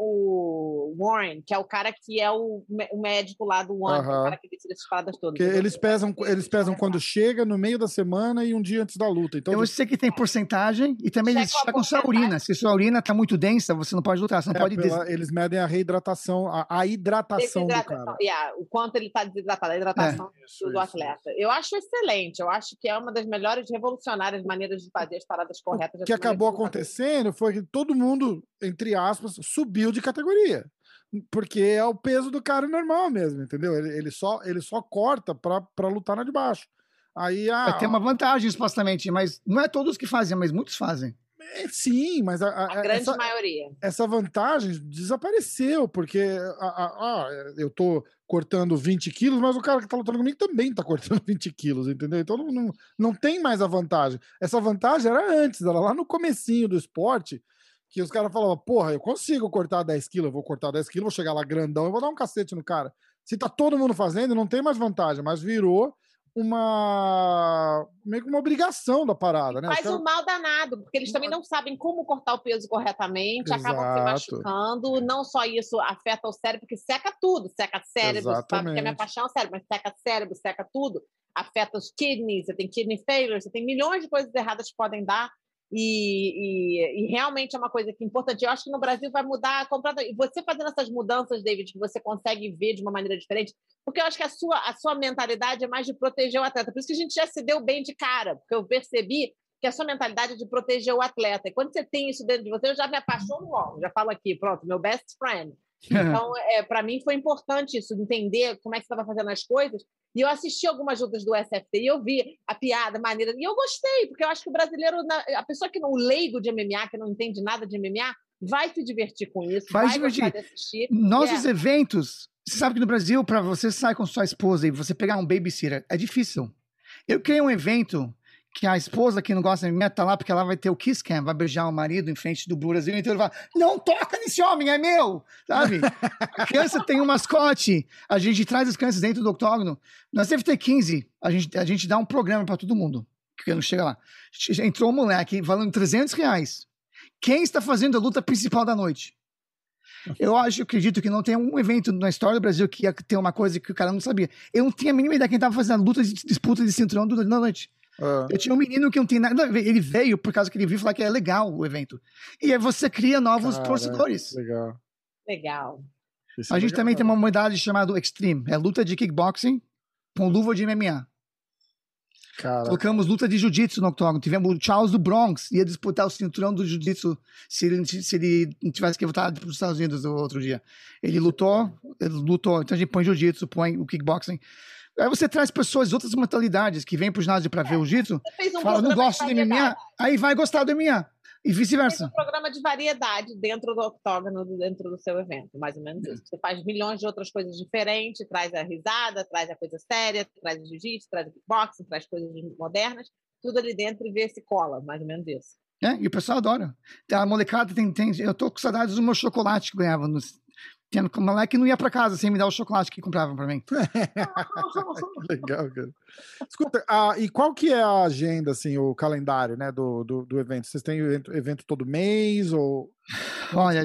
o Warren, que é o cara que é o, o médico lá do One, uh-huh. que é o cara que decide essas paradas todas. Porque eles pesam, eles pesam quando chega, no meio da semana e um dia antes da luta. Então, eu sei que tem porcentagem e também eles checam sua urina. Se sua urina tá muito densa, você não pode lutar, você não é, pode... Pela, des... Eles medem a reidratação, a, a hidratação do cara. Yeah, o quanto ele tá desidratado, a hidratação é. isso, do isso, atleta. Isso. Eu acho excelente, eu acho que é uma das melhores revolucionárias maneiras de fazer as paradas corretas. O que acabou acontecendo foi que todo mundo, entre aspas, subiu de categoria. Porque é o peso do cara normal mesmo, entendeu? Ele, ele, só, ele só corta pra, pra lutar na de baixo. Aí, ah, tem uma vantagem, supostamente, mas não é todos que fazem, mas muitos fazem. É, sim, mas a, a, a grande essa, maioria. Essa vantagem desapareceu, porque a, a, a, eu tô cortando vinte quilos, mas o cara que tá lutando comigo também tá cortando vinte quilos, entendeu? Então não, não, não tem mais a vantagem. Essa vantagem era antes, era lá no comecinho do esporte, que os caras falavam, porra, eu consigo cortar dez quilos, eu vou cortar dez quilos, vou chegar lá grandão, eu vou dar um cacete no cara. Se tá todo mundo fazendo, não tem mais vantagem, mas virou uma meio que uma obrigação da parada, né? Faz cara... um mal danado, porque eles também não sabem como cortar o peso corretamente, Exato. Acabam se machucando. Não só isso afeta o cérebro, porque seca tudo, seca cérebro, Exatamente. Sabe que a minha paixão é o cérebro, mas seca cérebro, seca tudo, afeta os kidneys, você tem kidney failure, você tem milhões de coisas erradas que podem dar. E, e, e realmente é uma coisa que é importante. Eu acho que no Brasil vai mudar completamente. E você fazendo essas mudanças, David, que você consegue ver de uma maneira diferente, porque eu acho que a sua, a sua mentalidade é mais de proteger o atleta. Por isso que a gente já se deu bem de cara, porque eu percebi que a sua mentalidade é de proteger o atleta. E quando você tem isso dentro de você, eu já me apaixono logo. Já falo aqui, pronto, meu best friend. Então, é, para mim foi importante isso, entender como é que você estava fazendo as coisas. E eu assisti algumas lutas do S F T e eu vi a piada, a maneira, e eu gostei, porque eu acho que o brasileiro, a pessoa que não leigo de M M A, que não entende nada de M M A, vai se divertir com isso, vai, vai divertir. De assistir. Nossos é. eventos, você sabe que no Brasil, para você sair com sua esposa e você pegar um babysitter, é difícil. Eu criei um evento que a esposa que não gosta de M M A tá lá porque ela vai ter o kiss cam, vai beijar o marido em frente do Brasil inteiro e vai, não toca nesse homem, é meu, sabe? A criança tem um mascote, a gente traz as crianças dentro do octógono, nós deve ter quinze, a gente, a gente dá um programa para todo mundo, que não chega lá. Entrou um moleque valendo trezentos reais. Quem está fazendo a luta principal da noite? Eu acho, eu acredito que não tem um evento na história do Brasil que ia ter uma coisa que o cara não sabia. Eu não tinha a mínima ideia quem estava fazendo a luta de disputa de cinturão da noite. Uh. Eu tinha um menino que não tem nada a ver. Ele veio por causa que ele viu falar que é legal o evento. E aí você cria novos Cara, torcedores. Legal. Legal. Isso a é gente legal. Também tem uma modalidade chamada Extreme. É luta de kickboxing com luva de M M A. Cara. Colocamos luta de jiu-jitsu no octógono. Tivemos o Charles do Bronx. Ia disputar o cinturão do jiu-jitsu se ele, se ele não tivesse que voltar para os Estados Unidos no outro dia. Ele lutou. Ele lutou. Então a gente põe jiu-jitsu, põe o kickboxing. Aí você traz pessoas de outras mentalidades que vêm pro ginásio para é, ver o jiu-jitsu, um fala, não gosto de M M A, aí vai gostar do M M A, e vice-versa. Fez um programa de variedade dentro do octógono, dentro do seu evento, mais ou menos isso. Você faz milhões de outras coisas diferentes, traz a risada, traz a coisa séria, traz o jiu-jitsu, traz o kickboxing, traz coisas modernas, tudo ali dentro e vê se cola, mais ou menos isso. É, e o pessoal adora. A molecada tem, tem... Eu tô com saudades do meu chocolate que ganhava nos... Tendo que o moleque não ia pra casa sem me dar o chocolate que compravam pra mim. Legal, cara. Escuta, ah, e qual que é a agenda, assim, o calendário, né, do, do, do evento? Vocês têm evento, evento todo mês ou... Olha...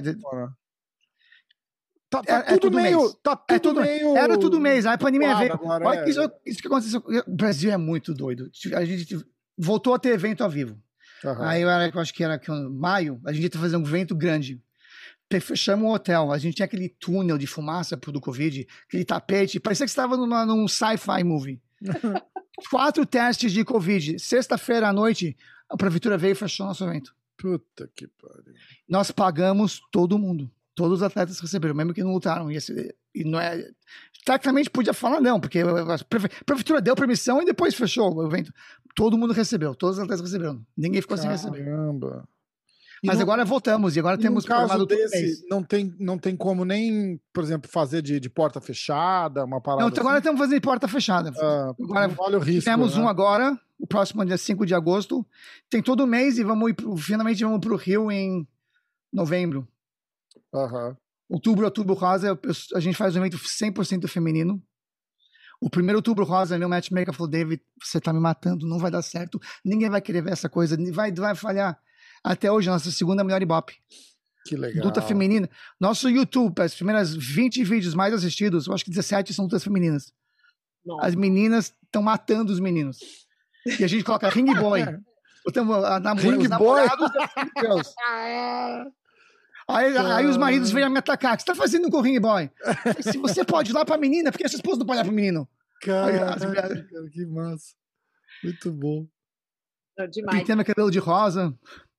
Tá, tá é, tudo é meio... Mês. Tá tudo, é tudo meio... Era tudo mês, aí a pandemia veio. Agora, Olha é. isso, isso que aconteceu. O Brasil é muito doido. A gente voltou a ter evento ao vivo. Uhum. Aí eu, era, eu acho que era que, maio, a gente ia fazer um evento grande. Fechamos um hotel, a gente tinha aquele túnel de fumaça do Covid, aquele tapete, parecia que você estava numa, num sci-fi movie. Quatro testes de Covid. Sexta-feira à noite, a prefeitura veio e fechou nosso evento. Puta que pariu. Nós pagamos todo mundo. Todos os atletas receberam, mesmo que não lutaram. E, esse, e não é... Tecnicamente podia falar não, porque a prefeitura deu permissão e depois fechou o evento. Todo mundo recebeu, todos os atletas receberam. Ninguém ficou Caramba. sem receber. Caramba. Mas no, agora voltamos, e agora temos... No caso desse, não tem, não tem como nem, por exemplo, fazer de, de porta fechada, uma parada Não, assim? agora estamos fazendo de porta fechada. Ah, agora olha o risco, fizemos né? um agora, o próximo dia cinco de agosto. Tem todo mês e vamos ir pro, finalmente vamos para o Rio em novembro. Uhum. Outubro, outubro rosa, a gente faz um evento cem por cento feminino. O primeiro outubro rosa, meu matchmaker falou, David, você tá me matando, não vai dar certo, ninguém vai querer ver essa coisa, vai, vai falhar. Até hoje, a nossa segunda melhor Ibope. Que legal. Luta feminina. Nosso YouTube, as primeiras vinte vídeos mais assistidos, eu acho que dezessete são lutas femininas. Nossa. As meninas estão matando os meninos. E a gente coloca Ring Boy. Botamos a nam Ring os Boy? namorados da Girls. Aí, aí os maridos vêm me atacar. O que você tá fazendo com o Ring Boy? Se você pode ir lá pra menina, por que a sua esposa não pode ir lá pro menino? Caraca, cara, que massa. Muito bom. Pintando meu cabelo de rosa.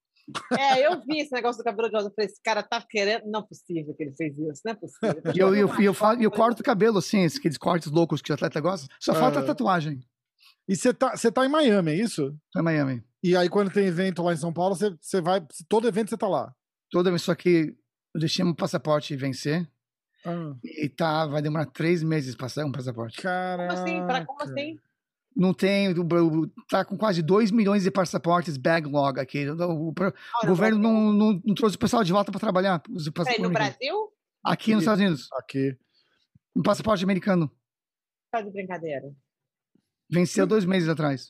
É, eu vi esse negócio do cabelo de rosa. Eu falei, esse cara tá querendo... Não é possível que ele fez isso, não é possível. E eu, eu, eu, eu, eu, eu corto o cabelo, assim, aqueles cortes loucos que o atleta gosta. Só ah. falta a tatuagem. E você tá, você tá em Miami, é isso? Tô em Miami. E aí, quando tem evento lá em São Paulo, você, você vai... Todo evento você tá lá? Todo evento, só que eu deixei meu passaporte vencer. Ah. E tá, vai demorar três meses pra sair um passaporte. Caraca. Como assim? Pra, como assim? Não tem, tá com quase dois milhões de passaportes backlog aqui. O, o, o oh, governo não, não, não trouxe o pessoal de volta para trabalhar. Peraí, no Brasil? Aqui, aqui nos Estados Unidos. Aqui. Um passaporte americano. Tá de brincadeira. Venceu dois meses atrás.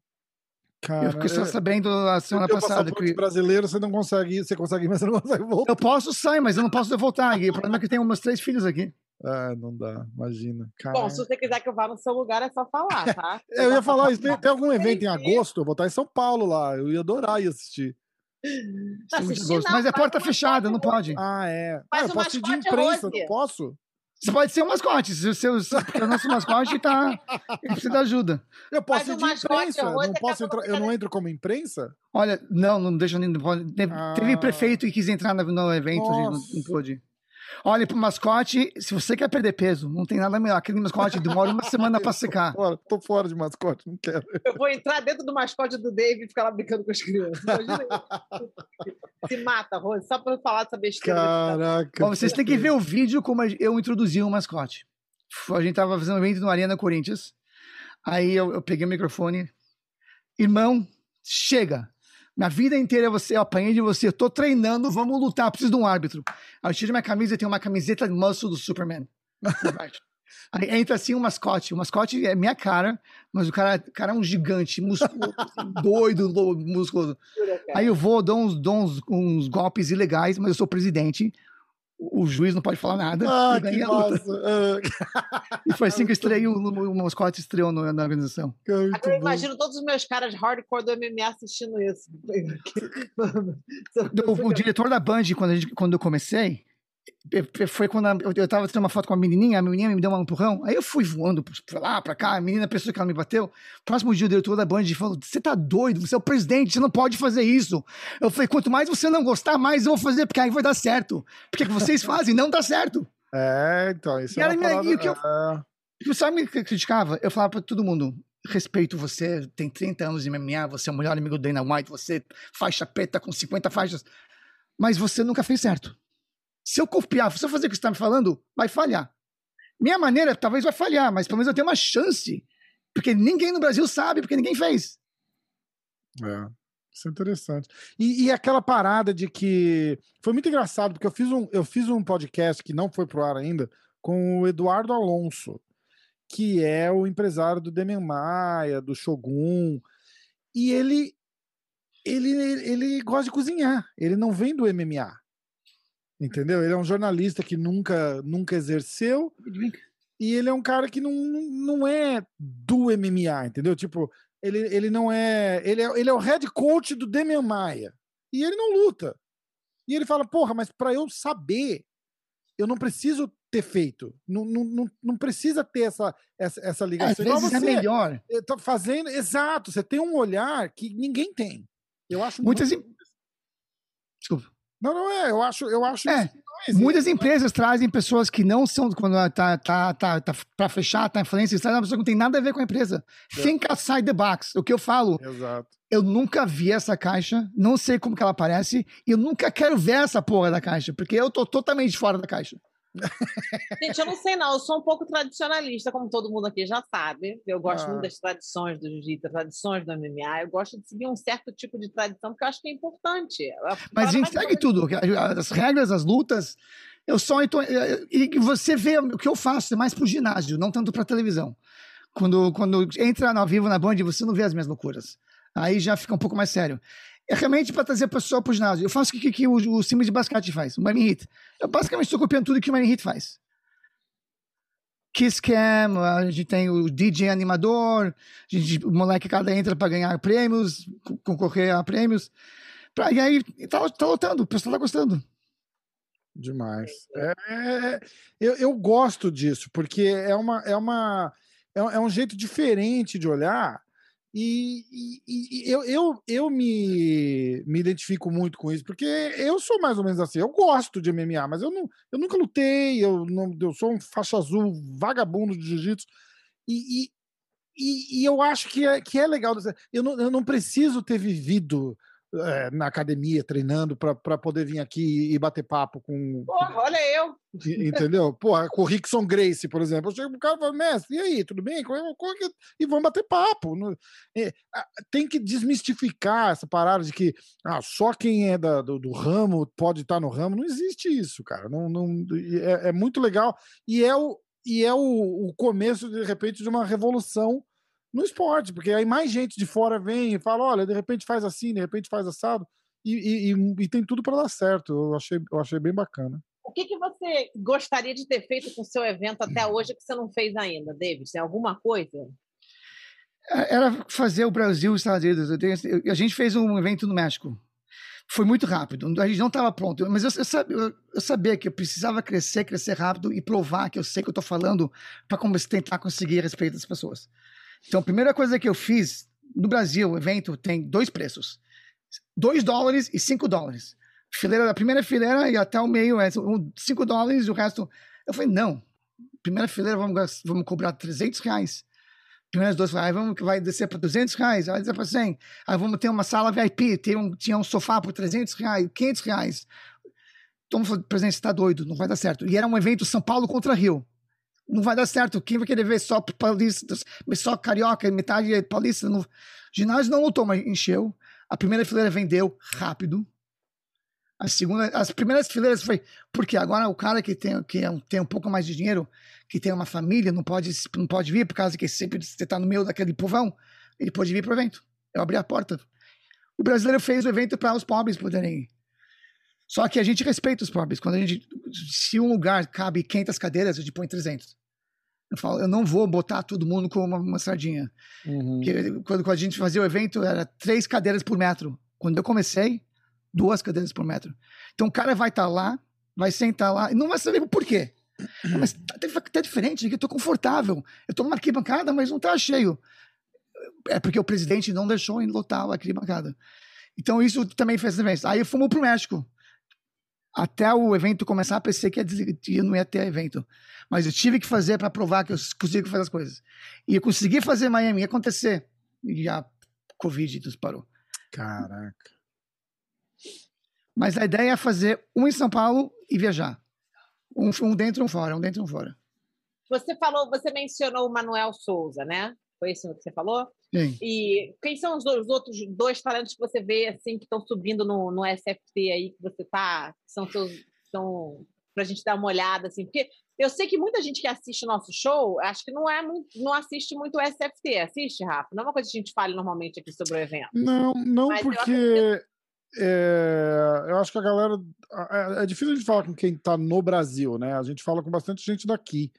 Cara, eu fiquei só sabendo a semana passada. Passaporte que brasileiro você não consegue ir, você consegue ir, mas você não consegue voltar. Eu posso sair, mas eu não posso voltar. E o problema é que eu tenho meus três filhos aqui. Ah, não dá, imagina. Caraca. Bom, se você quiser que eu vá no seu lugar, é só falar, tá? eu ia falar isso. Tem, tem algum evento em agosto? Eu vou estar em São Paulo lá. Eu ia adorar ir assistir. Não, assistir não, mas é porta fechada, não pode. Ah, é. Faz ah, eu um posso ir de imprensa, não posso? Você pode ser um mascote. Se o, seu, se o nosso mascote tá. Ele precisa de ajuda. Eu posso ir de imprensa. Não posso entrar, eu não entro como imprensa? Olha, não, não deixa nem. Ah. Teve prefeito que quis entrar no, no evento, Nossa. a gente não, não pôde. Olha, pro mascote, se você quer perder peso, não tem nada melhor. Aquele mascote demora uma semana pra secar. Tô fora, tô fora de mascote, não quero. Eu vou entrar dentro do mascote do Dave e ficar lá brincando com as crianças. Imagina isso. Se mata, Rose, só pra eu falar essa besteira. Caraca. Bom, vocês têm que ver o vídeo como eu introduzi o mascote. A gente tava fazendo um evento no Arena Corinthians. Aí eu, eu peguei o microfone. Irmão, chega. Minha vida inteira você, eu apanhei de você, eu tô treinando, vamos lutar, preciso de um árbitro. Aí eu tiro minha camisa e tem uma camiseta de muscle do Superman. Aí entra assim um mascote. O mascote é minha cara, mas o cara, o cara é um gigante, musculoso, doido, musculoso. Aí eu vou, dou, uns, dou uns, uns golpes ilegais, mas eu sou presidente. O juiz não pode falar nada. Ah, que massa. E foi assim que eu estreiei, o, o mascote estreou no, na organização. Agora eu imagino todos os meus caras hardcore do M M A assistindo isso. O, o diretor da Band, quando, a gente, quando eu comecei, foi quando a, eu, eu tava tirando uma foto com a menininha, a menininha me deu um empurrão, aí eu fui voando pra lá, pra cá, a menina pensou que ela me bateu. Próximo dia o diretor da Band falou, você tá doido, você é o presidente, você não pode fazer isso. Eu falei, quanto mais você não gostar, mais eu vou fazer, porque aí vai dar certo. Porque o que vocês fazem não dá certo. É, então, isso e é uma minha, parada... E o que eu, é... o sabe me criticava? Eu falava pra todo mundo, respeito você, tem trinta anos de M M A, você é o melhor amigo do Dana White, você faixa preta com cinquenta faixas, mas você nunca fez certo. Se eu copiar, se eu fazer o que você está me falando, vai falhar. Minha maneira talvez vai falhar, mas pelo menos eu tenho uma chance. Porque ninguém no Brasil sabe, porque ninguém fez. É, isso é interessante. E, e aquela parada de que... Foi muito engraçado, porque eu fiz, um, eu fiz um podcast que não foi pro ar ainda, com o Eduardo Alonso, que é o empresário do Demian Maia, do Shogun. E ele, ele, ele gosta de cozinhar. Ele não vem do M M A. Entendeu? Ele é um jornalista que nunca, nunca exerceu e ele é um cara que não, não é do M M A, entendeu? Tipo, ele, ele não é ele, é... ele é o head coach do Demian Maia. E ele não luta. E ele fala, porra, mas para eu saber, eu não preciso ter feito. Não, não, não, não precisa ter essa, essa, essa ligação. É, às vezes você, é melhor. Tá fazendo, exato, você tem um olhar que ninguém tem. Eu acho Muitas muito... em... Desculpa. Não, não é, eu acho, eu acho é, isso muitas empresas trazem pessoas que não são, quando tá, tá, tá, tá para fechar, tá em falência, traz uma pessoa que não tem nada a ver com a empresa. É. Think outside the box. O que eu falo, exato. Eu nunca vi essa caixa, não sei como que ela parece, e eu nunca quero ver essa porra da caixa, porque eu tô totalmente fora da caixa. Gente, eu não sei não, eu sou um pouco tradicionalista, como todo mundo aqui já sabe. Eu gosto ah. muito das tradições do jiu-jitsu, tradições do M M A. Eu gosto de seguir um certo tipo de tradição, porque eu acho que é importante. Mas a gente segue tudo, as regras, as lutas. Eu só então, e você vê o que eu faço, é mais pro ginásio, não tanto pra televisão. Quando, quando entra ao vivo na Band, você não vê as minhas loucuras. Aí já fica um pouco mais sério. É realmente para trazer a pessoa para o ginásio. Eu faço o que, que, que o, o time de basquete faz, o Miami Heat. Eu basicamente estou copiando tudo que o Miami Heat faz. Kiss Cam, a gente tem o D J animador, a gente, o moleque cada entra para ganhar prêmios, concorrer a prêmios. Pra, e aí tá, tá lotando, o pessoal tá gostando. Demais. É, é, eu, eu gosto disso, porque é, uma, é, uma, é, é um jeito diferente de olhar. E, e, e eu, eu, eu me, me identifico muito com isso, porque eu sou mais ou menos assim, eu gosto de M M A, mas eu, não, eu nunca lutei, eu, não, eu sou um faixa azul vagabundo de jiu-jitsu, e, e, e, e eu acho que é, que é legal, eu não, eu não preciso ter vivido é, na academia treinando para poder vir aqui e bater papo com... Porra, olha eu! Entendeu? Porra, com o Rickson Gracie, por exemplo. Eu chego pro cara e falo, mestre, e aí, tudo bem? E vamos bater papo. Tem que desmistificar essa parada de que ah, só quem é da, do, do ramo pode estar no ramo. Não existe isso, cara. Não, não, é, é muito legal. E é, o, e é o, o começo, de repente, de uma revolução no esporte, porque aí mais gente de fora vem e fala, olha, de repente faz assim, de repente faz assado, e, e, e tem tudo para dar certo. Eu achei, eu achei bem bacana. O que, que você gostaria de ter feito com o seu evento até hoje que você não fez ainda, David? Tem alguma coisa? Era fazer o Brasil e os Estados Unidos. Eu tenho, eu, a gente fez um evento no México. Foi muito rápido. A gente não estava pronto. Mas eu, eu, sabia, eu, eu sabia que eu precisava crescer, crescer rápido e provar que eu sei que eu estou falando para tentar conseguir respeito das pessoas. Então, a primeira coisa que eu fiz no Brasil, o evento tem dois preços. dois dólares e cinco dólares. Fileira, a primeira fileira e até o meio é cinco dólares e o resto... Eu falei, não. Primeira fileira vamos, vamos cobrar trezentos reais. Primeiras duas, aí vamos, vai descer para duzentos reais, vai descer para cem. Aí vamos ter uma sala V I P, tem um, tinha um sofá por trezentos reais, quinhentos reais. Então, presidente, você está doido, não vai dar certo. E era um evento São Paulo contra Rio. Não vai dar certo. Quem vai querer ver só paulistas, só carioca, metade paulista? No ginásio não lutou, mas encheu. A primeira fileira vendeu rápido. A segunda, as primeiras fileiras foi porque agora o cara que tem, que tem um pouco mais de dinheiro, que tem uma família, não pode, não pode vir por causa que sempre você está no meio daquele povão, ele pode vir para o evento. Eu abri a porta. O brasileiro fez o evento para os pobres poderem ir. Só que a gente respeita os pobres. Quando a gente, se um lugar cabe quinhentas cadeiras, a gente põe trezentas. Eu falo, eu não vou botar todo mundo como uma, uma sardinha. Uhum. Porque quando, quando a gente fazia o evento, era três cadeiras por metro. Quando eu comecei, duas cadeiras por metro. Então o cara vai estar tá lá, vai sentar lá, e não vai saber por quê. Mas tá, tá diferente, eu tô confortável. Eu tô numa arquibancada, mas não tá cheio. É porque o presidente não deixou em lotar a arquibancada. Então isso também fez diferença. Aí fomos pro México. Até o evento começar, pensei que ia, não ia ter evento. Mas eu tive que fazer para provar que eu consigo fazer as coisas. E eu consegui fazer Miami acontecer. E a Covid disparou. Caraca. Mas a ideia é fazer um em São Paulo e viajar. Um, um dentro e um fora, um dentro e um fora. Você falou, você mencionou o Manuel Souza, né? Foi isso que você falou? Sim. E quem são os, dois, os outros dois talentos que você vê assim que estão subindo no, no S F T aí que você tá, que são seus, são pra gente dar uma olhada assim, porque eu sei que muita gente que assiste o nosso show, acho que não é muito, não assiste muito o S F T, assiste, Rafa? Não é uma coisa que a gente fale normalmente aqui sobre o evento. Não, não, mas porque eu, é, eu acho que a galera é, é difícil de falar com quem tá no Brasil, né? A gente fala com bastante gente daqui.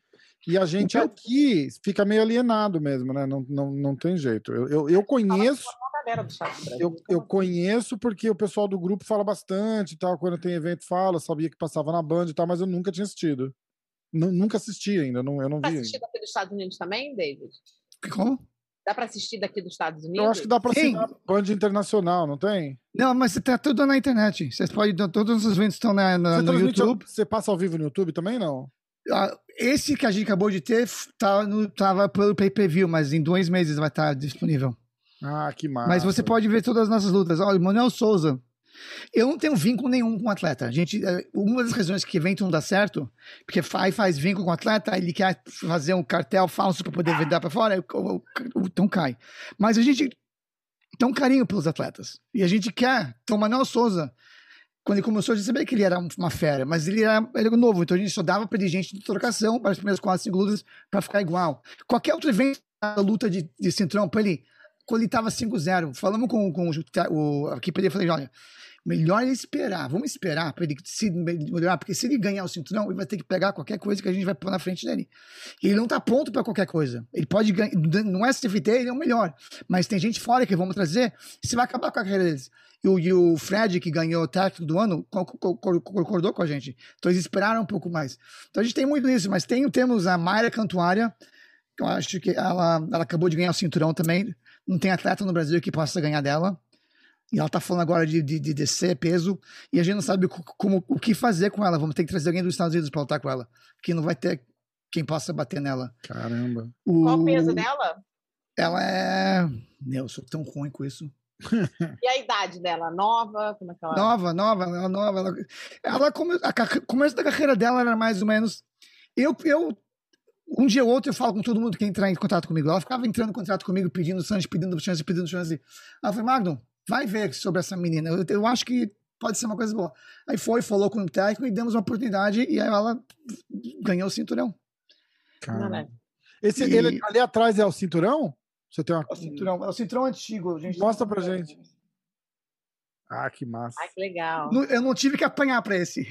E a gente Então- aqui fica meio alienado mesmo, né? Não, não, não tem jeito. Eu, eu, eu conheço, Galera do Estado do Brasil. eu, eu conheço porque o pessoal do grupo fala bastante e tal. Quando tem evento, fala, sabia que passava na Band e tal, mas eu nunca tinha assistido. Nu- Nunca assisti ainda, não, eu não Dá vi pra ainda. assistir daqui dos Estados Unidos também, David? Como? Dá pra assistir daqui dos Estados Unidos? Eu acho que dá pra Sim. assinar Band Internacional, não tem? Não, mas tá tudo na internet. Vocês podem, todos os eventos estão na, na- Você no transmite- YouTube. Você passa ao vivo no YouTube também, não? Ah, esse que a gente acabou de ter tá no, tava pelo pay-per-view, mas em dois meses vai estar disponível. Ah, que massa. Mas você pode ver todas as nossas lutas. Olha, Manuel Souza. Eu não tenho vínculo nenhum com o atleta. A gente, eh, uma das razões que evento não dá certo, porque faz, faz vínculo com o atleta, ele quer fazer um cartel falso para poder vender para fora, o- o- então cai. Mas a gente tem um carinho pelos atletas. E a gente quer. Então, o Manuel Souza, quando ele começou, a gente sabia que ele era uma fera, mas ele era, ele era novo, então a gente só dava para ele gente de trocação para as primeiras quatro, cinco lutas para ficar igual. Qualquer outro evento da luta de, de cinturão para ele, quando ele estava cinco zero, falamos com, com o, o, aqui para ele, falei, olha, melhor ele esperar, vamos esperar para ele se melhorar, porque se ele ganhar o cinturão, ele vai ter que pegar qualquer coisa que a gente vai pôr na frente dele. E ele não tá pronto para qualquer coisa. Ele pode ganhar, não é S F T, ele é o melhor, mas tem gente fora que vamos trazer, e você vai acabar com a carreira deles. E o, e o Fred, que ganhou o técnico do ano, concordou com a gente. Então eles esperaram um pouco mais. Então a gente tem muito isso, mas tem, temos a Mayra Cantuária, que eu acho que ela, ela acabou de ganhar o cinturão também. Não tem atleta no Brasil que possa ganhar dela. E ela tá falando agora de, de, de descer peso. E a gente não sabe como, o que fazer com ela. Vamos ter que trazer alguém dos Estados Unidos pra lutar com ela. Que não vai ter quem possa bater nela. Caramba. O... Qual o peso dela? Ela é... Meu, eu sou tão ruim com isso. E a idade dela? Nova? Como é que ela... Nova, nova, ela nova. Ela, ela come... a car... começo da carreira dela era mais ou menos... Eu... eu Um dia ou outro eu falo com todo mundo que entrar em contato comigo. Ela ficava entrando em contato comigo, pedindo chance, pedindo chance, pedindo chance. Aí eu falei, Magno, vai ver sobre essa menina. Eu, eu acho que pode ser uma coisa boa. Aí foi, falou com o técnico e demos uma oportunidade e aí ela ganhou o cinturão. Caramba. Esse, E- ele, ali atrás é o cinturão? Você tem uma... É o cinturão, é o cinturão antigo. Gente. Mostra pra gente. Ah, que massa. Ai, que legal. Não- Eu não tive que apanhar para esse.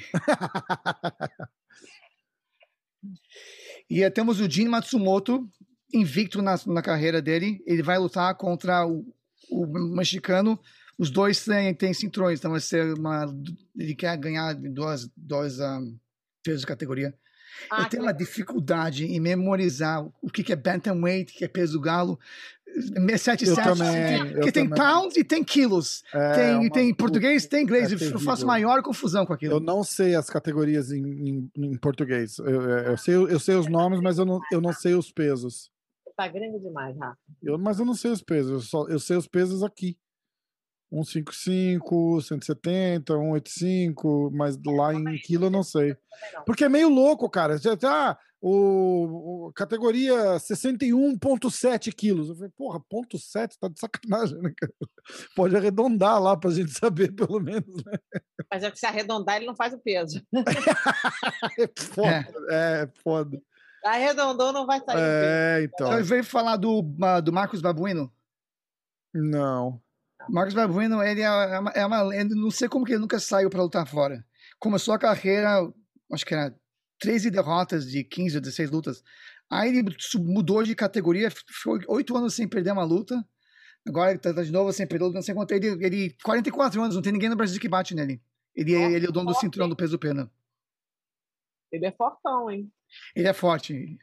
E eh, temos o Jin Matsumoto, invicto na, na carreira dele. Ele vai lutar contra o, o mexicano. Os dois têm, têm cinturões, então vai ser uma. Ele quer ganhar dois, dois um, pesos de categoria. Ah, Eu tenho que uma dificuldade em memorizar o que, que é bantamweight, o que é peso galo. sete Eu sete, também, porque eu tem também. pounds e tem quilos. É tem, uma- tem português, tem inglês. é eu terrível. faço maior confusão com aquilo. Eu não sei as categorias em, em- em português. Eu, eu- eu sei, eu sei os nomes, mas eu não, eu não sei os pesos. Tá grande demais, Rafa. Eu, mas eu não sei os pesos. Eu, só, eu sei os pesos aqui. cento e cinquenta e cinco, cento e setenta, cento e oitenta e cinco, mas lá em quilo eu não sei. Porque é meio louco, cara. Já tá o, o- categoria sessenta e um vírgula sete quilos. Eu falei, porra, ponto sete, tá de sacanagem, né, cara? Pode arredondar lá pra gente saber, pelo menos, né? Mas é que se arredondar, ele não faz o peso. É foda. É, é foda. Arredondou, não vai sair o peso. É, então. Eu veio falar do, do Marcos Babuino. Não. Marcos Babuino, ele é uma, é uma lenda, não sei como que ele nunca saiu para lutar fora. Começou a carreira, acho que era treze derrotas de quinze ou dezesseis lutas. Aí ele mudou de categoria, ficou oito anos sem perder uma luta. Agora ele tá de novo sem perder, não sei quanto. Ele, ele quarenta e quatro anos, não tem ninguém no Brasil que bate nele. Ele, Nossa, ele é o dono do forte. cinturão do peso pena. Ele é fortão, hein? Ele é forte.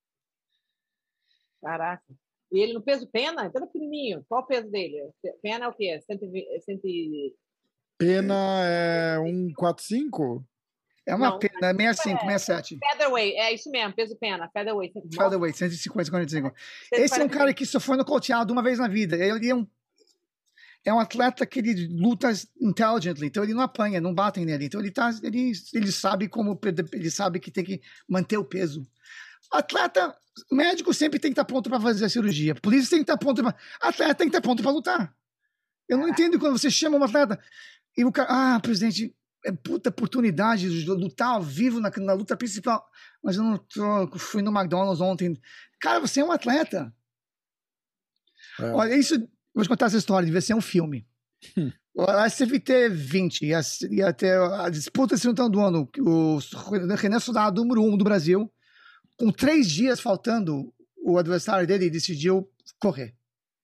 Caraca. E ele no peso pena? Então é pequenininho. Qual o peso dele? Pena é o quê? cento e vinte, cento e... Pena é cento e quarenta e cinco? É uma Não, pena, é sessenta e cinco, é- sessenta e sete. Featherweight, é isso mesmo, peso pena. Featherweight. Nossa, Featherweight, cento e cinquenta, quarenta e cinco. cento e Esse é um quarenta. cara que só foi nocauteado uma vez na vida. Ele é um, é um atleta que ele luta intelligently, então ele não apanha, não batem nele. Então ele, tá, ele, ele sabe como, ele sabe que tem que manter o peso. Atleta, médico sempre tem que estar pronto para fazer a cirurgia. Polícia tem que estar pronto para... Atleta tem que estar pronto para lutar. Eu não entendo quando você chama um atleta e o cara... Ah, presidente, é puta oportunidade de lutar ao vivo na, na luta principal. Mas eu não tô... Fui no McDonald's ontem. Cara, você é um atleta. É. Olha, isso... Vou te contar essa história, devia ser um filme. A S F T vinte ia, ia ter a disputa de cinturão do ano. O René Soldado, número um do Brasil, Com três dias faltando, o adversário dele decidiu correr.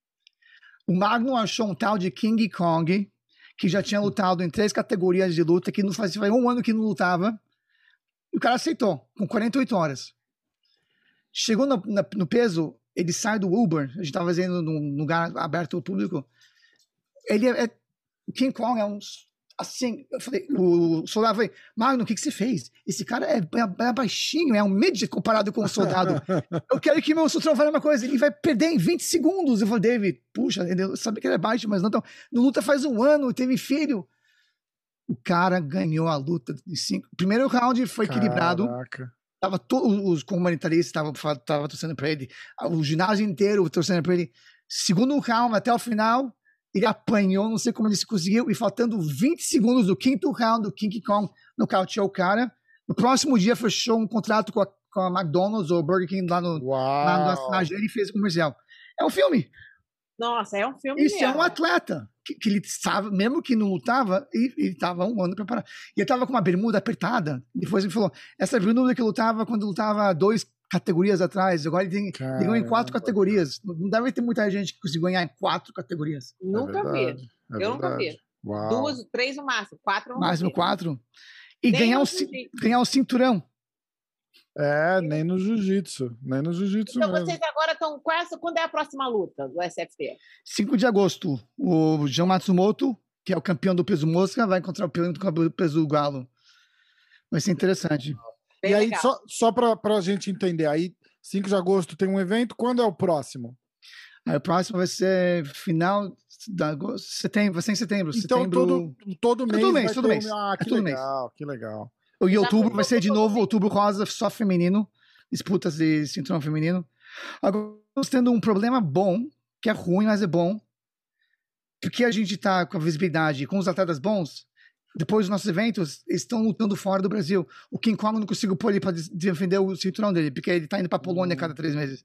O Magnum achou um tal de King Kong, que já tinha lutado em três categorias de luta, que não fazia um ano que não lutava. E o cara aceitou, com quarenta e oito horas. Chegou no, na, no peso, ele sai do Uber, a gente estava fazendo num lugar aberto ao público. Ele é, é King Kong é um... Assim, eu falei, o soldado falou, Magno, o que, que você fez? Esse cara é, é, é baixinho, é um midget comparado com o soldado. Eu quero que meu soldado faça uma coisa, ele vai perder em vinte segundos. Eu falei, David, puxa, eu sabia que ele é baixo, mas não tão... Não luta faz um ano, teve filho. O cara ganhou a luta de cinco. O primeiro round foi equilibrado. Caraca. Tava todos os comentaristas estavam tava torcendo pra ele. O ginásio inteiro torcendo pra ele. Segundo round, até o final... Ele apanhou, não sei como ele se conseguiu, e faltando vinte segundos do quinto round do King Kong, nocauteou o cara. No próximo dia, fechou um contrato com a, com a McDonald's ou Burger King lá no, lá no cidade dele e fez o comercial. É um filme. Nossa, é um filme Isso mesmo. é um atleta, que, que ele estava, mesmo que não lutava, ele estava um ano preparado. E ele estava com uma bermuda apertada. Depois ele falou, essa bermuda que eu lutava quando eu lutava dois categorias atrás, agora ele, tem, ele ganhou em quatro categorias. Não deve ter muita gente que conseguiu ganhar em quatro categorias. Nunca é verdade, vi. É eu verdade. nunca vi. Uau. Duas, três no máximo, quatro no Máximo quatro. E Nem ganhar no um, jiu-jitsu. ganhar um cinturão. É, nem no jiu-jitsu. Nem no jiu-jitsu Então mesmo. vocês agora estão... Quando é a próxima luta do S F T? cinco de agosto, o Jean Matsumoto, que é o campeão do peso mosca, vai encontrar o campeão do peso galo. Vai ser interessante. Bem e aí, legal. só, só pra, pra gente entender, aí cinco de agosto tem um evento, quando é o próximo? Aí o próximo vai ser final de agosto, setembro, vai ser em setembro. Então setembro... todo, todo mês todo mês, vai todo ter mês. um... Ah, É que todo legal, que legal. E Já outubro foi vai ser de todo novo, mês. outubro rosa, só feminino, disputas de cinturão feminino. Agora, estamos tendo um problema bom, que é ruim, mas é bom, porque a gente está com a visibilidade, com os atletas bons, depois dos nossos eventos, eles estão lutando fora do Brasil. O King Kong não consigo pôr ele para defender o cinturão dele, porque ele está indo para a Polônia a cada três meses.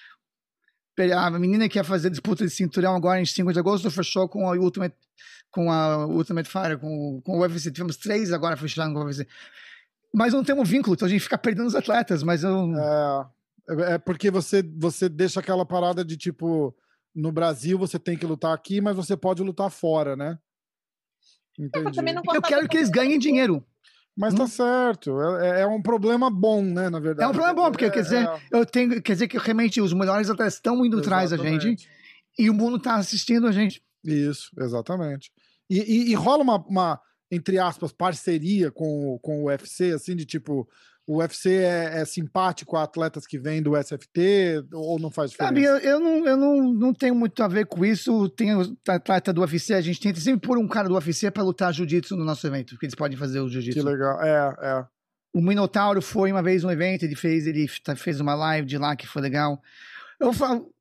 A menina que ia fazer disputa de cinturão agora em cinco de agosto fechou com a Ultimate, com a Ultimate Fighter, com, com o U F C. Tivemos três agora fechando com o U F C. Mas não temos vínculo, então a gente fica perdendo os atletas. Mas eu... É, é porque você, você deixa aquela parada de tipo, no Brasil você tem que lutar aqui, mas você pode lutar fora, né? Entendi. também não eu quero que eles ganhem dinheiro. Mas Hum. tá certo, é, é um problema bom, né, na verdade. É um problema bom, porque é, quer dizer, é, eu tenho, quer dizer que realmente os melhores atletas estão indo atrás da gente exatamente. e o mundo está assistindo a gente. Isso, exatamente. E, e, e rola uma, uma, entre aspas, parceria com, o- com o U F C, assim, de tipo, o U F C é, é simpático a atletas que vêm do S F T ou não faz diferença? Sabe, eu, eu, não, eu não, não tenho muito a ver com isso. Tem o atleta do U F C, a gente tenta sempre pôr um cara do U F C para lutar jiu-jitsu no nosso evento, porque eles podem fazer o Que jiu-jitsu. legal, é, é. O Minotauro foi uma vez no evento, ele fez, ele fez uma live de lá que foi legal. Eu falo,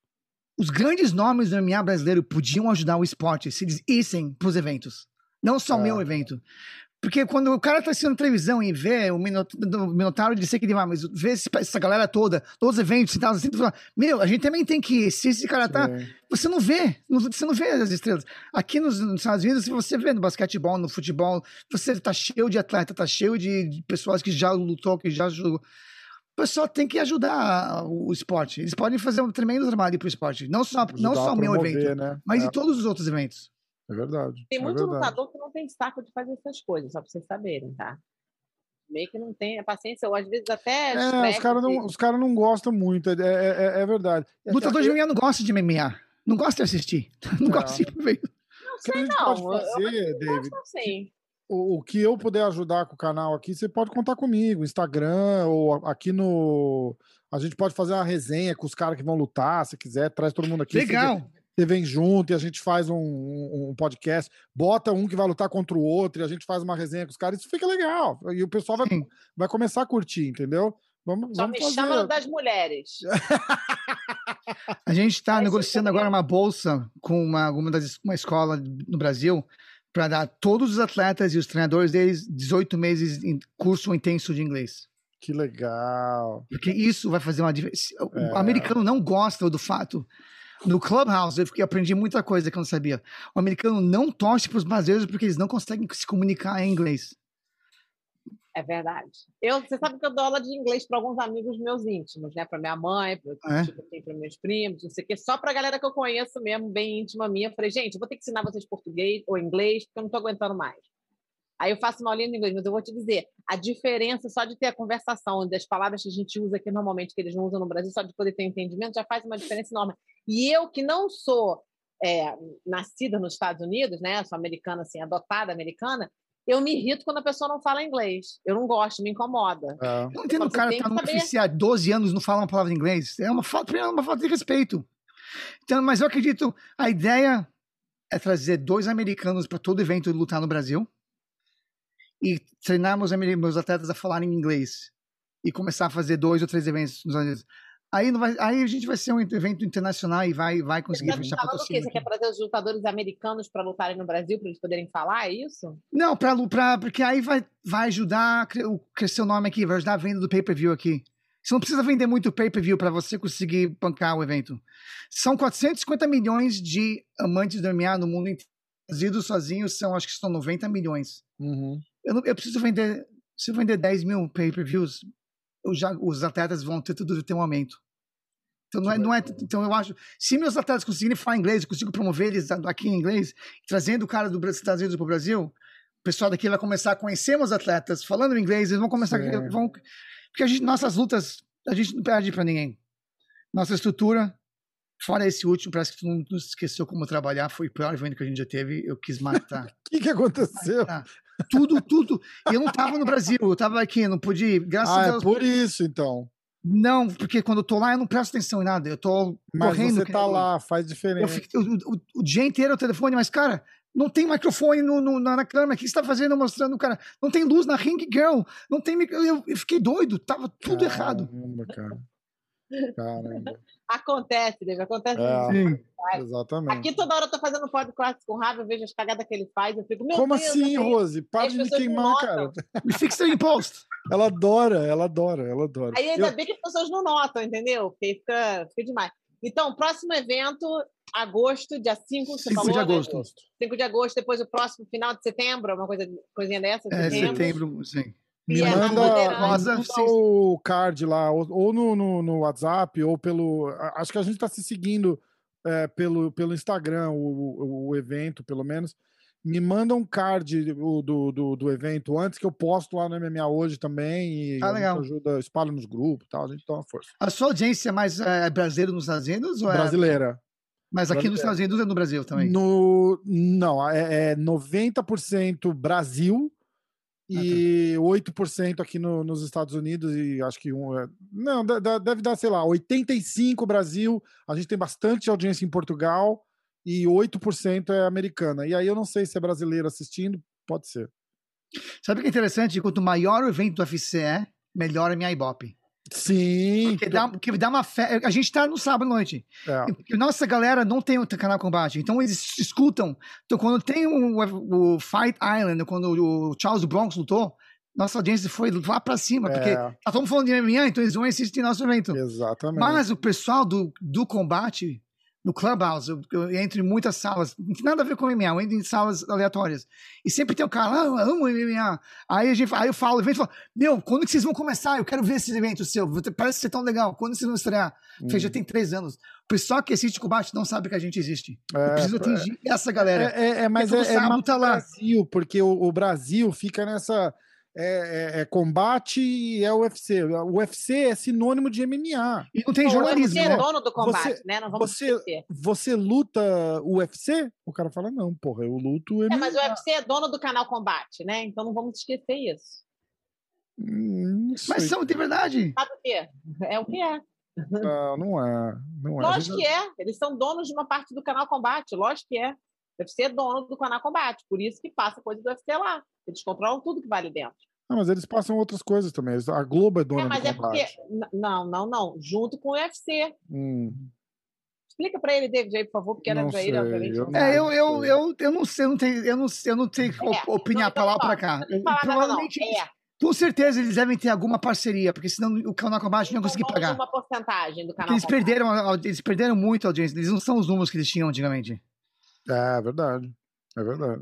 os grandes nomes do M M A brasileiro podiam ajudar o esporte se eles issem para os eventos. Não só o É. meu evento. Porque quando o cara tá assistindo televisão e vê o Minot- o Minotauro, ele sei que ele vai, mas vê esse- essa galera toda, todos os eventos e tal, assim, tu fala, meu, a gente também tem que ir. Se esse cara tá. Sim. Você não vê, não- você não vê as estrelas. Aqui nos, nos Estados Unidos, se você vê no basquetebol, no futebol, você tá cheio de atleta, tá cheio de, de pessoas que já lutou, que já jogou. O pessoal tem que ajudar o esporte. Eles podem fazer um tremendo trabalho pro esporte. Não só, não Ajudar só a o meu promover, evento, né? mas é, em todos os outros eventos. é verdade. Tem é muito verdade. lutador que não tem saco de fazer essas coisas, só pra vocês saberem, tá? Meio que não tem a paciência, ou às vezes até. É, os estresse caras não, de- os cara não gostam muito, é, é, é- é verdade. Lutador de M M A não gosta de M M A. Não gosta de assistir. Não É. gosta de ver. Não O que a sei, gente não. pode eu- eu fazer, David, gosto assim. o, o que eu puder ajudar com o canal aqui, você pode contar comigo, Instagram, ou a- aqui no... A gente pode fazer uma resenha com os caras que vão lutar, se quiser, traz todo mundo aqui. Você Legal. vem- Você vem junto e a gente faz um, um- um podcast, bota um que vai lutar contra o outro e a gente faz uma resenha com os caras, isso fica legal. E o pessoal vai, Sim. vai começar a curtir, entendeu? Vamos, Só vamos me fazer. chama no das mulheres. A gente está Vai ser negociando também. agora uma bolsa com uma, uma, das, uma escola no Brasil para dar a todos os atletas e os treinadores deles dezoito meses em curso intenso de inglês. Que legal. Porque isso vai fazer uma diferença. O É. americano não gosta do fato. No Clubhouse, eu fiquei- aprendi muita coisa que eu não sabia. O americano não torce para os brasileiros porque eles não conseguem se comunicar em inglês. É verdade. Eu, você sabe que eu dou aula de inglês para alguns amigos meus íntimos, né? Para minha mãe, para É? tipo, meus primos, não sei o quê. Só para a galera que eu conheço mesmo, bem íntima minha. Eu falei, gente, eu vou ter que ensinar vocês português ou inglês, porque eu não estou aguentando mais. Aí eu faço uma aulinha de inglês, mas eu vou te dizer, a diferença só de ter a conversação, das palavras que a gente usa aqui normalmente, que eles não usam no Brasil, só de poder ter entendimento, já faz uma diferença enorme. E eu, que não sou é, nascida nos Estados Unidos, né? Sou americana, assim, adotada americana, eu me irrito quando a pessoa não fala inglês. Eu não gosto, me incomoda. É. Eu não entendo o Você cara tem que tá que no saber. U F C há doze anos e não fala uma palavra em inglês. É uma falta, é uma falta de respeito. Então, mas eu acredito, a ideia é trazer dois americanos para todo evento lutar no Brasil e treinar meus, ameri- meus atletas a falarem inglês e começar a fazer dois ou três eventos nos Estados Unidos. Aí, não vai, aí a gente vai ser um evento internacional e vai, vai conseguir Você fechar tá falando o quê? patrocínio. Você quer trazer os lutadores americanos para lutarem no Brasil, para eles poderem falar, é isso? Não, pra, pra, porque aí vai, vai ajudar a cre- o- crescer o nome aqui, vai ajudar a venda do pay-per-view aqui. Você não precisa vender muito pay-per-view para você conseguir bancar o evento. São quatrocentos e cinquenta milhões de amantes do M M A no mundo inteiro. Trazidos sozinhos são, acho que são noventa milhões. Uhum. Eu, não- eu preciso vender, se eu vender dez mil pay-per-views, eu já, os atletas vão ter tudo ter um aumento. Então, não é, não é, então eu acho, se meus atletas conseguirem falar inglês, eu consigo promover eles aqui em inglês, trazendo o cara dos Estados Unidos para o Brasil, o pessoal daqui vai começar a conhecer meus atletas falando inglês, eles vão começar, Sim. vão, porque a gente, nossas lutas, a gente não perde para ninguém. Nossa estrutura, fora esse último, parece que tu não, não esqueceu como trabalhar, foi o pior evento que a gente já teve, eu quis matar. O que, que aconteceu? matar. Tudo, tudo. E eu não tava no Brasil, eu tava aqui, não pude ir. Graças Ah, a é Deus. por isso, então. Não, porque quando eu tô lá, eu não presto atenção em nada. Eu tô Mas correndo. você que tá nem- lá, faz Eu diferença. fico, o, o- o dia inteiro o telefone, mas, cara, não tem microfone no, no- na, na câmera. O que você tá fazendo mostrando, cara? Não tem luz na ring girl. Não tem micro... eu, eu fiquei doido, tava tudo errado. Caramba, cara. Caramba. Acontece, David, acontece. É. muito. Sim. Exatamente. Aqui toda hora eu tô fazendo podcast com o Rafa, eu vejo as cagadas que ele faz, eu fico, meu Como Deus, assim, eu tenho- Rose? Para As de me pessoas não queimar, cara. notam. Me fixa em post. Ela adora, ela adora, ela adora. Aí ainda Eu- bem que as pessoas não notam, entendeu? Porque fica, fica demais. Então, próximo evento, agosto, dia cinco, você cinco falou, de né? agosto. cinco de agosto, depois o próximo final de setembro, uma coisa, coisinha dessa, É, setembro. setembro, sim. Me E é na manda, Bandeirante. me Rosa, manda vocês- o card lá, ou, ou no, no, no WhatsApp, ou pelo. a- Acho que a gente tá se seguindo é, pelo, pelo Instagram, o, o, o evento, pelo menos. Me manda um card o, do, do, do evento antes, que eu posto lá no M M A hoje também. E Ah, a legal. gente ajuda, espalha nos grupos e tal, a gente dá uma força. A sua audiência é mais é, brasileira nos Estados Unidos? Ou é... Brasileira. Mas aqui nos brasileira. Estados Unidos é no Brasil também? No, não, é, é noventa por cento Brasil e oito por cento aqui no, nos Estados Unidos e acho que um, é, não, da- da- deve dar, sei lá, oitenta e cinco por cento Brasil, a gente tem bastante audiência em Portugal e oito por cento é americana. E aí eu não sei se é brasileiro assistindo, pode ser. Sabe o que é interessante? Quanto maior o evento do U F C é, melhor a minha Ibope. Sim. Porque dá, porque dá uma fé. A gente tá no sábado à noite. É. E nossa galera não tem o canal Combate, então eles escutam. Então quando tem o, o Fight Island, quando o Charles Bronx lutou, nossa audiência foi lá pra cima, porque É. tá todo mundo falando de M M A, então eles vão assistir nosso evento. Exatamente. Mas o pessoal do, do combate, no Clubhouse, eu, eu entro em muitas salas, não tem nada a ver com M M A, eu entro em salas aleatórias. E sempre tem o cara, ah, eu amo M M A. Aí, a gente, aí eu falo, o evento fala, meu, quando que vocês vão começar? Eu quero ver esse evento seu, parece ser tão legal. Quando vocês vão estrear? Hum. Falei, já tem três anos. O pessoal que assiste combate não sabe que a gente existe. Eu É, preciso atingir essa galera. É, é, é, mas todo é, é sábado mais tá o lá. Brasil, porque o, o Brasil fica nessa. É, é- é combate e é U F C. O U F C é sinônimo de M M A. E não tem O jornalismo, U F C é né? dono do combate, Você- né? Não vamos você- esquecer. Você luta U F C? O cara fala, não, porra, eu luto M M A. É, mas o U F C é dono do canal Combate, né? Então não vamos esquecer isso. Hum, não Mas sei. são de verdade. Sabe o quê? É o que é. Não, não é. Não é. Lógico que é. Eles são donos de uma parte do canal Combate. Lógico que é. O U F C é dono do canal Combate. Por isso que passa coisa do U F C lá. Eles controlam tudo que vai ali dentro. Ah, mas eles passam outras coisas também. A Globo é dona É, mas do é porque. combate. N- Não, não, não. Junto com o U F C. Hum, Explica pra ele, David, aí, por favor, porque era Não pra ele, sei, obviamente. eu não não- É, sabe. eu, eu, eu, eu não sei, eu não tenho, eu não, eu não tenho É, op- opinar então, pra lá ou então, pra cá. Não Eu- fala nada, não. provavelmente, É. com certeza eles devem ter alguma parceria, porque senão o canal Combate não ia São conseguir donos de pagar. uma porcentagem do Porque canal eles Combate. perderam, a- a- eles perderam muito a audiência. Eles não são os números que eles tinham antigamente. é verdade. É verdade.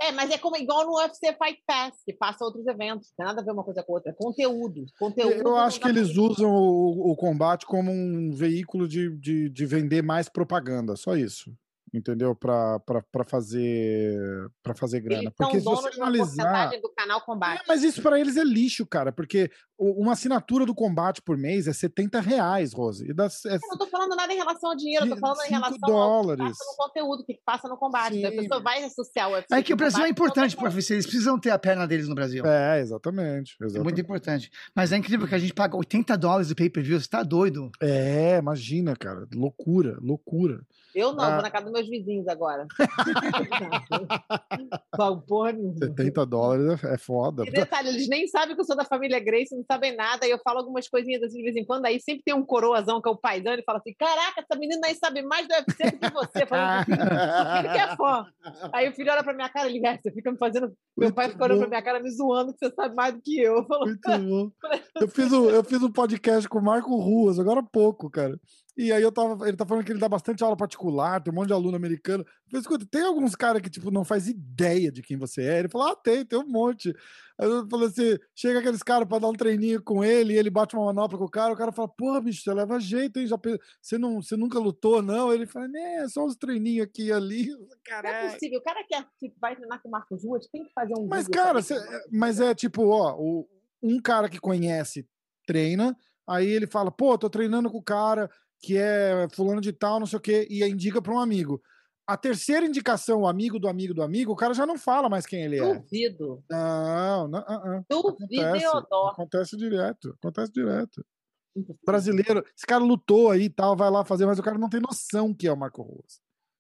É, mas é como, igual no U F C Fight Pass, que passa outros eventos. Não tem nada a ver uma coisa com outra. É conteúdo. conteúdo Eu acho que eles usam o, o combate como um veículo de, de, de vender mais propaganda. Só isso. Entendeu? Para fazer para fazer grana. Eles porque são se donos você de uma analisar... porcentagem do canal Combate. É, mas isso para eles é lixo, cara, porque uma assinatura do Combate por mês é setenta reais, Rose. E das, é... Eu não tô falando nada em relação ao dinheiro, eu tô falando em relação dólares. ao que passa no conteúdo, que passa no combate. Então, a pessoa vai associar o U F C. É que o Brasil é importante para o U F C, eles precisam ter a perna deles no Brasil. É, exatamente, exatamente. É muito importante. Mas é incrível que a gente paga oitenta dólares de pay-per-view, você tá doido? É, imagina, cara, loucura, loucura. Eu não, ah. vou na casa dos meus vizinhos agora. Porra nenhuma. setenta dólares é foda. E detalhe, eles nem sabem que eu sou da família Grace, não sabem nada, e eu falo algumas coisinhas assim de vez em quando, aí sempre tem um coroazão que é o paizão, ele fala assim, caraca, essa menina aí sabe mais do U F C do que você. Falando, ele que é fã. Aí o filho olha pra minha cara, ele, você fica me fazendo... Meu Muito pai fica olhando bom. pra minha cara, me zoando, que você sabe mais do que eu. Eu falo, Muito bom. Eu fiz, um, eu fiz um podcast com o Marco Ruas, agora há pouco, cara. E aí eu tava, ele tá falando que ele dá bastante aula particular, tem um monte de aluno americano. Eu falei, escuta, tem alguns caras que, tipo, não faz ideia de quem você é. Ele falou, ah, tem, tem um monte. Aí eu falei assim, chega aqueles caras pra dar um treininho com ele, e ele bate uma manopla com o cara, o cara fala, porra, bicho, você leva jeito, hein? Já, você, não, você nunca lutou, não? Ele fala, né, só uns treininhos aqui e ali. Caralho. não é possível, o cara que é, tipo, vai treinar com o Marcos Ruas, tem que fazer um Mas, vídeo, cara, sabe? cê, mas é tipo, ó, o, um cara que conhece, treina, aí ele fala, pô, tô treinando com o cara que é fulano de tal, não sei o quê, e indica para um amigo. A terceira indicação, o amigo do amigo do amigo, o cara já não fala mais quem ele é. Duvido. Não, não, uh, uh. Duvido, acontece, Deodoro. acontece direto, acontece direto. Brasileiro, esse cara lutou aí e tal, vai lá fazer, mas o cara não tem noção que é o Marco Ruas.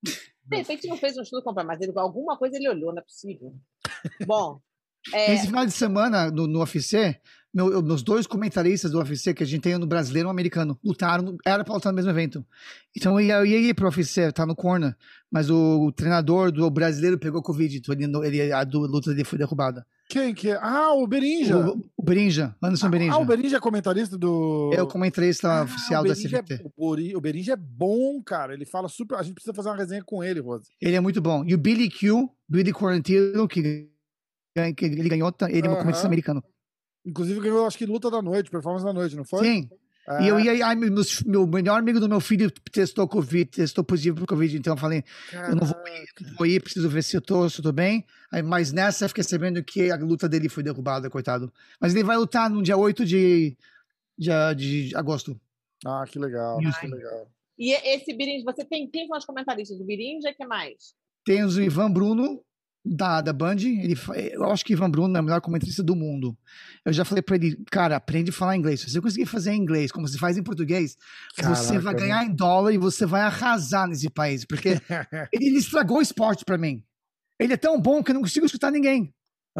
De repente não fez um estudo comprar, mas ele, alguma coisa ele olhou, não é possível. Bom, é... Esse final de semana, no, no U F C, meu, eu, meus dois comentaristas do U F C, que a gente tem no brasileiro e no americano, lutaram, era pra lutar no mesmo evento. Então eu ia, eu ia ir pro U F C, tá no corner, mas o, o treinador do brasileiro pegou Covid, então ele, ele, a do, luta dele foi derrubada. Quem que é? Ah, o Berinja. O, o Berinja, Anderson ah, Berinja. Ah, o Berinja é comentarista do... É o comentarista ah, oficial da C V T. É, o Berinja é bom, cara. Ele fala super... A gente precisa fazer uma resenha com ele, Rosa. Ele é muito bom. E o Billy Q, Billy Quarantino, que, que ele ganhou, ele é um comentarista americano. Inclusive ganhou, acho que luta da noite, performance da noite, não foi? Sim. É. E eu ia, ai, meu, meu melhor amigo do meu filho testou Covid, testou positivo pro Covid, então eu falei, Caraca. eu não vou ir, não vou ir, preciso ver se eu tô, se eu tô bem. Aí, mas nessa eu fiquei sabendo que a luta dele foi derrubada, coitado. Mas ele vai lutar no dia oito de, de, de agosto. Ah, que legal, Isso. que legal. E esse Birinja, você tem quem são os comentaristas do Birinja, que mais? Tem o Ivan Bruno, da, da Band, ele, eu acho que Ivan Bruno é o melhor comentarista do mundo. Eu já falei pra ele, cara, aprende a falar inglês. Se você conseguir fazer em inglês, como se faz em português, Caraca, você vai ganhar em dólar e você vai arrasar nesse país, porque ele estragou o esporte pra mim. Ele é tão bom que eu não consigo escutar ninguém.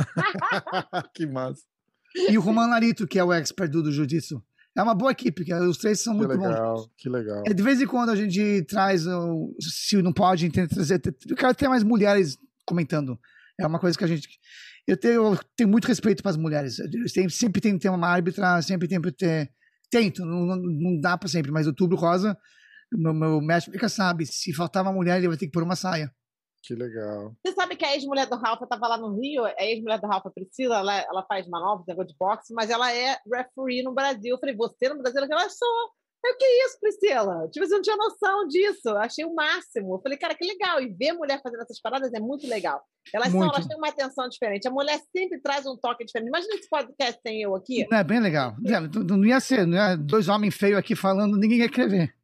Que massa. E o Roman Larito, que é o expert do, do jiu-jitsu. É uma boa equipe, que os três são que muito legal, bons. Que legal. De vez em quando a gente traz, se não pode, tenta trazer, eu quero ter mais mulheres comentando. É uma coisa que a gente... Eu tenho, eu tenho muito respeito para as mulheres. Eu sempre, sempre tento ter uma árbitra, sempre tento ter... Tento, não, não, não dá para sempre, mas o Outubro Rosa, meu, meu mestre fica sabe, se faltar uma mulher, ele vai ter que pôr uma saia. Que legal. Você sabe que a ex-mulher do Ralph estava lá no Rio, a ex-mulher do Ralph, a Priscila, ela, ela faz manobras, negócio de boxe, mas ela é referee no Brasil. Eu falei, você no Brasil? Ela sou. Eu, que isso, Priscila? Tipo, você não tinha noção disso. Eu achei o máximo. Eu falei, cara, que legal. E ver mulher fazendo essas paradas é muito legal. Elas, são, elas têm uma atenção diferente. A mulher sempre traz um toque diferente. Imagina esse podcast tem eu aqui. Não, é bem legal. Não, não ia ser, não ia dois homens feios aqui falando, ninguém ia querer ver.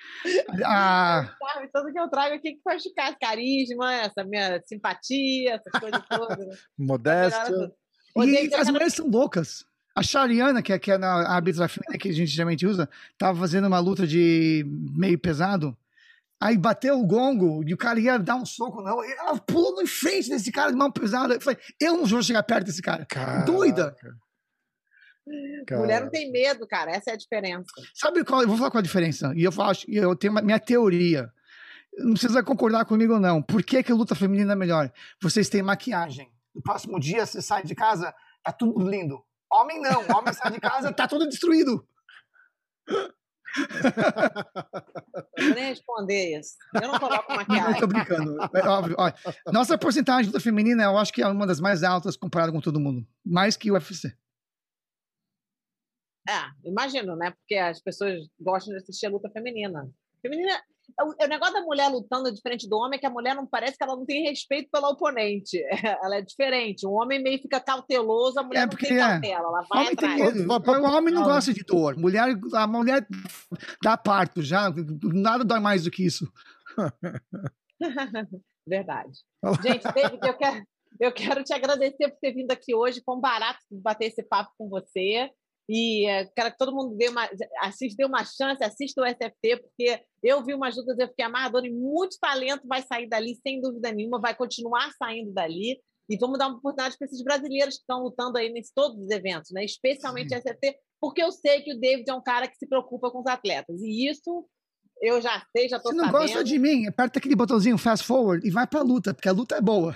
Ah... Tudo que eu trago aqui que faz ficar carisma, essa minha simpatia, essas coisas todas. Modéstia. E as mulheres são loucas. A Shariana, que é, que é na árbitra fina que a gente geralmente usa, tava fazendo uma luta de meio pesado. Aí bateu o gongo e o cara ia dar um soco. Não, ela pulou em frente desse cara de mão pesada. Eu falei, eu não vou chegar perto desse cara. Caraca. Doida. Caraca. Mulher não tem medo, cara. Essa é a diferença. Sabe qual? Eu vou falar qual a diferença. E eu acho, eu tenho uma minha teoria. Não precisa concordar comigo, não. Por que que a luta feminina é melhor? Vocês têm maquiagem. No próximo dia, você sai de casa, tá tudo lindo. Homem não. Homem sai de casa, tá tudo destruído. Eu nem respondo. esconder isso. Eu não coloco Não, maquiagem. tô brincando. É óbvio. Olha, nossa porcentagem de luta feminina, eu acho que é uma das mais altas comparada com todo mundo. Mais que o U F C. É, imagino, né? Porque as pessoas gostam de assistir a luta feminina. Feminina, o, o negócio da mulher lutando diferente do homem é que a mulher não parece que ela não tem respeito pela oponente. Ela é diferente. O homem meio fica cauteloso, a mulher É não porque tem é. cautela, ela vai Homem tem atrás. medo. O homem não gosta de dor. Mulher, a mulher dá parto já. Nada dói mais do que isso. Verdade. Gente, David, eu quero, eu quero te agradecer por ter vindo aqui hoje. Foi um barato bater esse papo com você. E é, quero que todo mundo dê uma, assiste, dê uma chance, assista o S F T, porque eu vi umas lutas, eu fiquei amarradora e muito talento vai sair dali, sem dúvida nenhuma, vai continuar saindo dali. E vamos dar uma oportunidade para esses brasileiros que estão lutando aí em todos os eventos, né? Especialmente o S F T, porque eu sei que o David é um cara que se preocupa com os atletas. E isso eu já sei, já estou sabendo. Se não gosta de mim, aperta aquele botãozinho fast forward e vai pra luta, porque a luta é boa.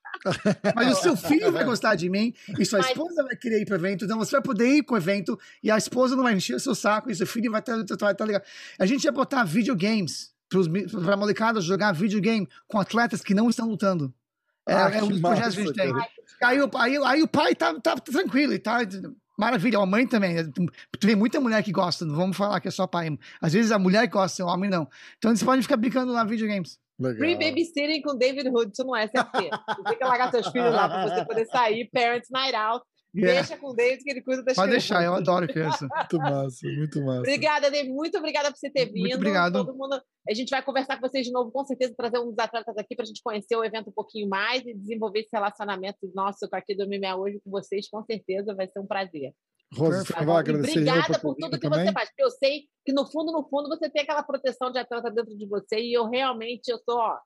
Mas o seu filho vai gostar de mim e sua esposa vai querer ir para o evento, então você vai poder ir com o evento e a esposa não vai encher o seu saco e seu filho vai estar tá, tá legal. A gente ia botar videogames para a molecada jogar videogame com atletas que não estão lutando. É, ah, é um dos projetos que a gente tem. Aí, aí, aí o pai tá, tá tranquilo e tá maravilha. A mãe também. Tem muita mulher que gosta, não vamos falar que é só pai. Às vezes a mulher gosta, o homem não. Então eles podem ficar brincando lá videogames. Legal. Free babysitting com David Hudson no S F T. Você tem que largar seus filhos lá para você poder sair, Parents Night Out. Yeah. Deixa com o David que ele cuida das Pode crianças. deixar, eu adoro criança. Muito massa, muito massa. Obrigada, David. Muito obrigada por você ter vindo. Muito obrigado. Todo mundo... A gente vai conversar com vocês de novo, com certeza, trazer um dos atletas aqui para a gente conhecer o evento um pouquinho mais e desenvolver esse relacionamento nosso aqui do M M A hoje com vocês. Com certeza vai ser um prazer. Rosa, você vai agradecer. Obrigada por tudo que também. Você faz, porque eu sei que no fundo, no fundo, você tem aquela proteção de atleta dentro de você e eu realmente, eu sou, ó...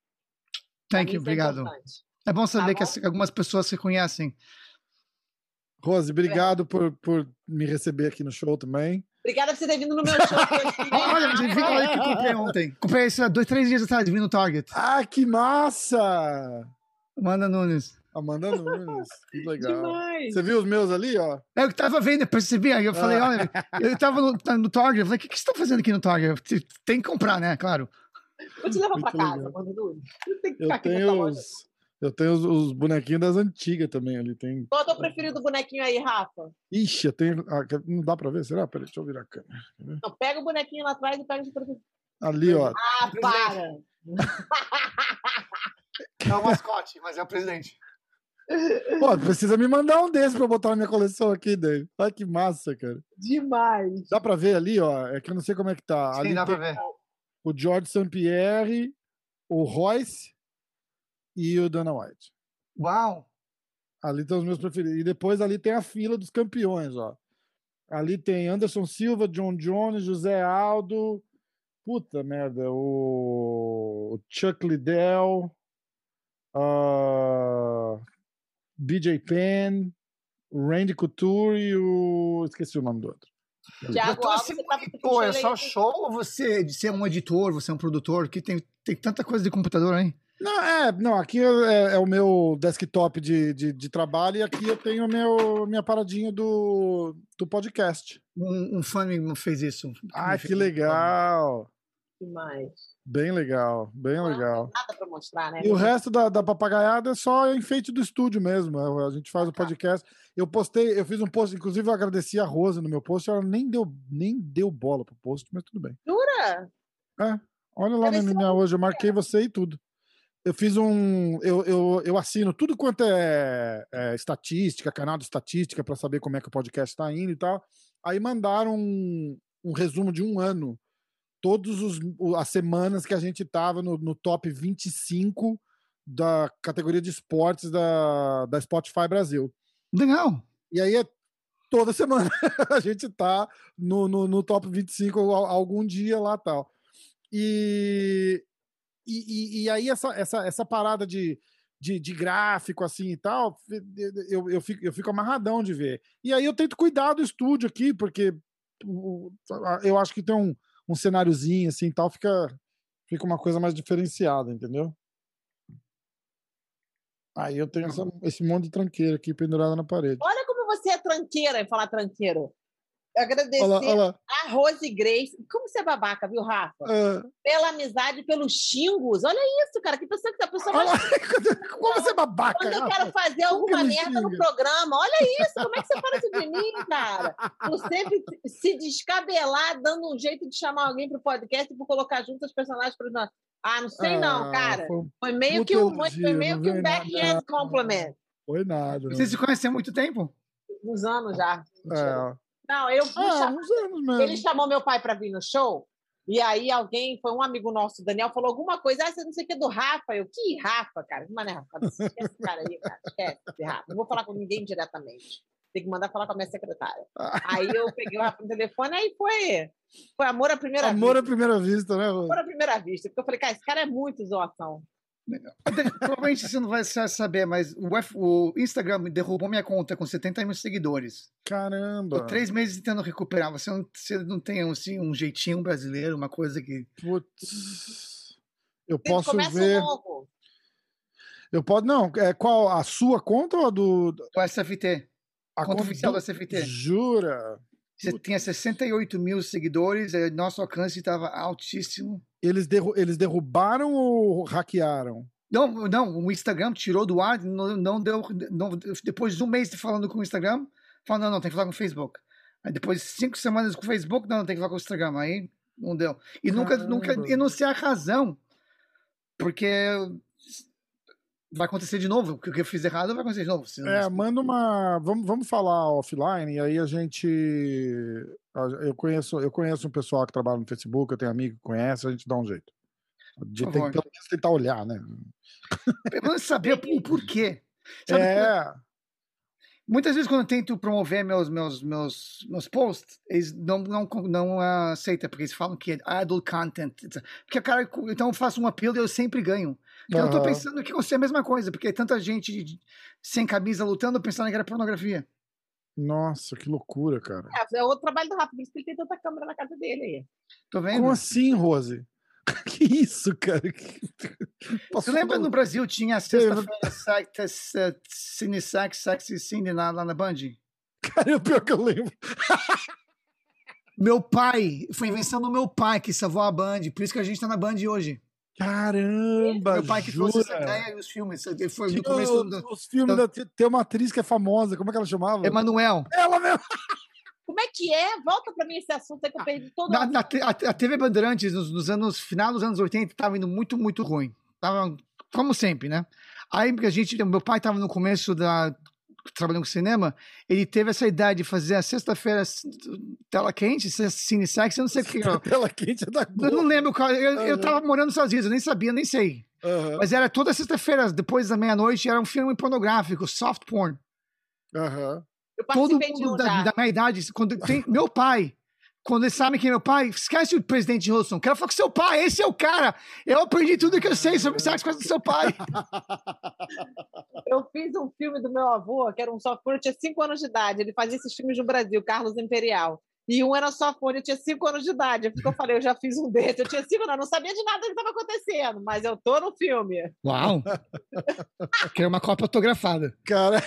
Thank you, obrigado. É, é bom saber tá bom? que algumas pessoas se conhecem. Rose, obrigado é. por, por me receber aqui no show também. Obrigada por você ter vindo no meu show. Olha, a gente viu olha que eu comprei ontem. Comprei isso há dois, três dias atrás, vim no Target. Ah, que massa! Amanda Nunes. Amanda Nunes, que legal. Demais. Você viu os meus ali, ó? É, eu tava vendo, eu percebi, aí eu falei, ah. olha, eu tava no, no Target, eu falei, o que, que você tá fazendo aqui no Target? Tem que comprar, né, claro. Vou te levar para casa, Amanda Nunes. Eu tenho, os, eu tenho os, os bonequinhos das antigas também ali. Tem... Qual é o teu preferido bonequinho aí, Rafa? Ixi, eu tenho. Ah, não dá para ver? Será? Peraí, deixa eu virar a câmera. Não, pega o bonequinho lá atrás e pega de preferido. Ali, ó. Ah, para! É o mascote, mas é o presidente. Pô, precisa me mandar um desses pra botar na minha coleção aqui, Dave. Olha que massa, cara. Demais. Dá pra ver ali, ó. É que eu não sei como é que tá. Sim, ali dá tem... pra ver. O George Saint Pierre, o Royce e o Dana White. Uau! Ali estão os meus preferidos. E depois ali tem a fila dos campeões, ó. Ali tem Anderson Silva, John Jones, José Aldo, puta merda, o Chuck Liddell, uh... B J Penn, o Randy Couture e o... esqueci o nome do outro. Tiago Alves, você tá pô, é só show ou você de ser um editor, você é um produtor, que tem, tem tanta coisa de computador aí? Não, é, não, aqui é, é o meu desktop de, de, de trabalho e aqui eu tenho a meu, minha paradinha do, do podcast. Um, um fã me fez isso. Ah, que legal! Demais. Bem legal, bem não, legal. Não tem nada pra mostrar, né? E o resto da, da papagaiada é só enfeite do estúdio mesmo. A gente faz o podcast. Eu postei, eu fiz um post, inclusive eu agradeci a Rosa no meu post, ela nem deu, nem deu bola pro post, mas tudo bem. Jura? É, olha lá no M M A hoje, eu marquei você e tudo. Eu fiz um. Eu, eu, eu assino tudo quanto é, é estatística, canal de estatística, para saber como é que o podcast está indo e tal. Aí mandaram um, um resumo de um ano. Todas as semanas que a gente estava no, no top vinte e cinco da categoria de esportes da, da Spotify Brasil. Legal. E aí é toda semana a gente tá no, no, no top vinte e cinco algum dia lá tal. E, e, e aí essa, essa, essa parada de, de, de gráfico assim e tal, eu, eu, fico, eu fico amarradão de ver. E aí eu tento cuidar do estúdio aqui, porque eu acho que tem um um cenáriozinho assim tal, fica, fica uma coisa mais diferenciada, entendeu? Aí eu tenho essa, esse monte de tranqueira aqui pendurada na parede. Olha como você é tranqueira em falar tranqueiro. agradecer Olha lá, olha lá. a Rose Grace. Como você é babaca, viu, Rafa? Ah. Pela amizade, pelos xingos. Olha isso, cara. Que pessoa que a pessoa Olha mais... lá. Como você é babaca? Quando eu Rafa? quero fazer Como alguma que ele merda no xinga? programa, olha isso, como é que você fala isso de mim, cara? Por sempre se descabelar, dando um jeito de chamar alguém pro podcast e por colocar juntos os personagens para nós. Ah, não sei não, Ah, cara. foi um Foi meio puta que um, elogio, foi meio não que um veio backhand nada. compliment. Foi nada. Vocês se conhecem há muito tempo? Uns anos já. É. Não, eu fui Ah, chamar... uns anos mesmo. Ele chamou meu pai para vir no show, e aí alguém, foi um amigo nosso, o Daniel, falou alguma coisa, ah, você não sei o que é do Rafa. Eu, que Rafa, cara? Que mané, Rafa? Esquece esse cara aí, cara. Esquece esse Rafa. Não vou falar com ninguém diretamente. Tem que mandar falar com a minha secretária. Aí eu peguei o Rafa no telefone, aí foi, foi amor à primeira Amor vista. à primeira vista, né, Rose? Amor à primeira vista. Porque eu falei, cara, esse cara é muito zoação. Provavelmente você não vai saber, mas o, F, o Instagram derrubou minha conta com setenta mil seguidores. Caramba. Tô três meses tentando recuperar. Você não, você não tem assim, um jeitinho brasileiro, uma coisa que... Putz. Eu Tem que posso começa ver... novo. Eu posso... Não, é qual? A sua conta ou a do... O S F T. A Conta oficial do do S F T. Jura? Você tinha sessenta e oito mil seguidores, e nosso alcance estava altíssimo. Eles, derru eles derrubaram ou hackearam? Não, não, o Instagram tirou do ar, não, não deu. Não, depois de um mês de falando com o Instagram, falando, não, não, tem que falar com o Facebook. Aí depois de cinco semanas com o Facebook, não, não, tem que falar com o Instagram. Aí não deu. E nunca, nunca, eu não sei a razão, porque vai acontecer de novo. O que eu fiz errado vai acontecer de novo. É, manda uma. Vamos, vamos falar offline, e aí a gente. Eu conheço, eu conheço um pessoal que trabalha no Facebook, eu tenho amigo que conhece, a gente dá um jeito. De tem, pelo menos tentar olhar, né? Vamos saber o porquê. Sabe é. Que, muitas vezes, quando eu tento promover meus, meus, meus, meus posts, eles não, não, não uh, aceitam, porque eles falam que é adult content. Porque, cara, então eu faço um apelo e eu sempre ganho. Então, uhum. Eu tô pensando que você é a mesma coisa, porque tanta gente sem camisa lutando pensando que era pornografia. Nossa, que loucura, cara. É, é outro trabalho do Rafa, por isso que ele tem tanta câmera na casa dele aí. Tô vendo? Como assim, Rose? Que isso, cara? Você lembra no Brasil tinha a sexta-feira Cine Sex, Sexy Cine lá, lá na Band? Cara, é o pior que eu lembro. Meu pai, foi invenção do meu pai que salvou a Band, por isso que a gente tá na Band hoje. Caramba, meu pai que jura? trouxe essa ideia e os filmes. Foi no Tinha começo os, do, os filmes do... da, tem uma atriz que é famosa, como é que ela chamava? Emanuel. Ela mesmo. Como é que é? Volta pra mim esse assunto aí que eu perdi todo na, na, a, a T V Bandeirantes, nos, nos anos, final dos anos oitenta, tava indo muito, muito ruim. Tava, como sempre, né? Aí, porque a gente, meu pai tava no começo da... trabalhando com cinema, ele teve essa ideia de fazer a sexta-feira tela quente, Cine Sex, eu não sei o que. Tela quente é da Globo. Eu não lembro, eu, eu, uhum. eu tava morando nos Estados Unidos, eu nem sabia, nem sei. Uhum. Mas era toda sexta-feira, depois da meia-noite, era um filme pornográfico, soft porn. Aham. Uhum. Todo mundo um da, da minha idade, quando tem, meu pai, quando eles sabem que é meu pai, esquece o presidente Wilson, quero falar com seu pai, esse é o cara, eu aprendi tudo que eu sei sobre sexo com o seu pai. Eu fiz um filme do meu avô, que era um soft porn, eu tinha cinco anos de idade, ele fazia esses filmes no Brasil, Carlos Imperial, e um era soft porn, eu tinha cinco anos de idade, eu falei, eu já fiz um desse, eu tinha cinco anos, não sabia de nada do que estava acontecendo, mas eu tô no filme. Uau! Quero uma cópia autografada. Cara...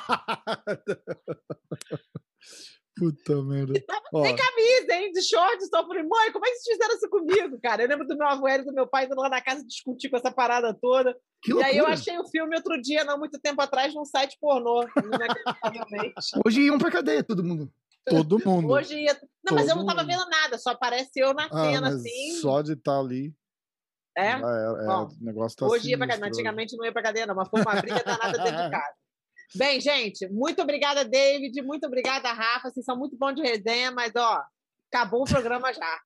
Puta merda. Sem camisa, hein? De short, só falei, mãe, como é que vocês fizeram isso comigo, cara? Eu lembro do meu avô e do meu pai indo lá na casa discutir com essa parada toda. Que e loucura. aí eu achei o filme outro dia, não muito tempo atrás, num site pornô. Hoje iam pra cadeia, todo mundo. Todo mundo. Hoje ia. Não, todo mas eu não tava mundo. vendo nada, só aparece eu na ah, cena, mas assim. Só de estar tá ali. É? é, é Bom, o negócio tá hoje ia pra sinistro, cadeia. Antigamente não ia pra cadeia, não, mas foi uma briga danada dentro de casa. Bem, gente, muito obrigada, David, muito obrigada, Rafa, vocês são muito bons de resenha, mas, ó, acabou o programa já.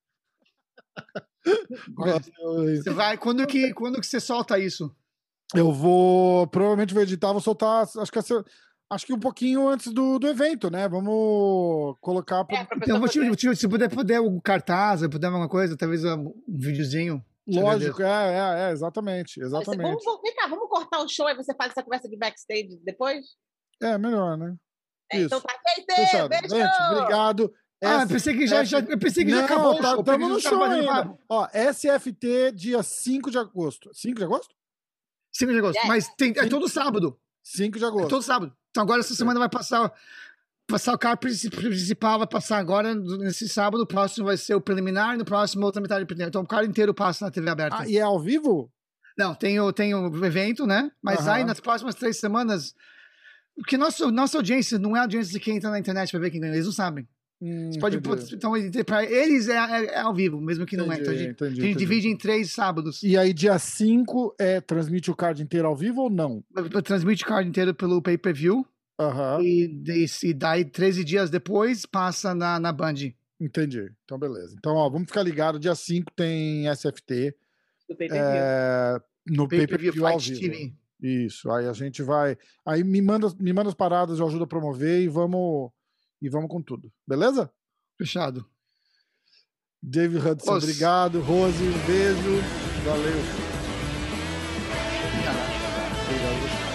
Você vai, quando que, quando que você solta isso? Eu vou, provavelmente vou editar, vou soltar, acho que, essa, acho que um pouquinho antes do, do evento, né, vamos colocar... É, então, vou te, te, se puder, puder um cartaz, puder alguma coisa, talvez um videozinho. Lógico, é, é, é, exatamente, exatamente. Vamos, vem cá, vamos cortar o show e você faz essa conversa de backstage depois? É, melhor, né? É, isso. então tá, feito, beijo! Gente, obrigado. Ah, S... pensei que já, já, eu pensei que não, já acabou. Tá, estamos no show ainda. Papo. Ó, S F T, dia cinco de agosto. cinco de agosto? cinco de agosto, é. Mas tem, é todo sábado. cinco de agosto. É todo sábado. Então agora essa semana vai passar passar o card principal vai passar agora nesse sábado, o próximo vai ser o preliminar, no próximo outra metade do preliminar. Então o card inteiro passa na T V aberta. Ah, e é ao vivo? Não, tem o, tem o evento, né? Mas Aham. aí nas próximas três semanas, porque nossa, nossa audiência não é a audiência de quem entra na internet pra ver quem ganha, eles não sabem. Hum, Você pode, entendi. então, para eles é, é, é ao vivo, mesmo que não é. Entendi, Então a gente, entendi, a gente entendi. divide em três sábados. E aí, dia cinco, é, transmite o card inteiro ao vivo ou não? Transmite o card inteiro pelo pay-per-view. Aham. E, e, e daí, treze dias depois, passa na, na Band. Entendi. Então, beleza. Então, ó, vamos ficar ligado. Dia cinco tem S F T. Do pay-per-view. É, no Pay-per-view pay-per-view ao Fight vivo. T V. Isso. Aí a gente vai. Aí me manda, me manda as paradas, eu ajudo a promover e vamos, e vamos com tudo. Beleza? Fechado. David Hudson, Os... obrigado. Rose, um beijo. Valeu. Obrigado. Obrigado.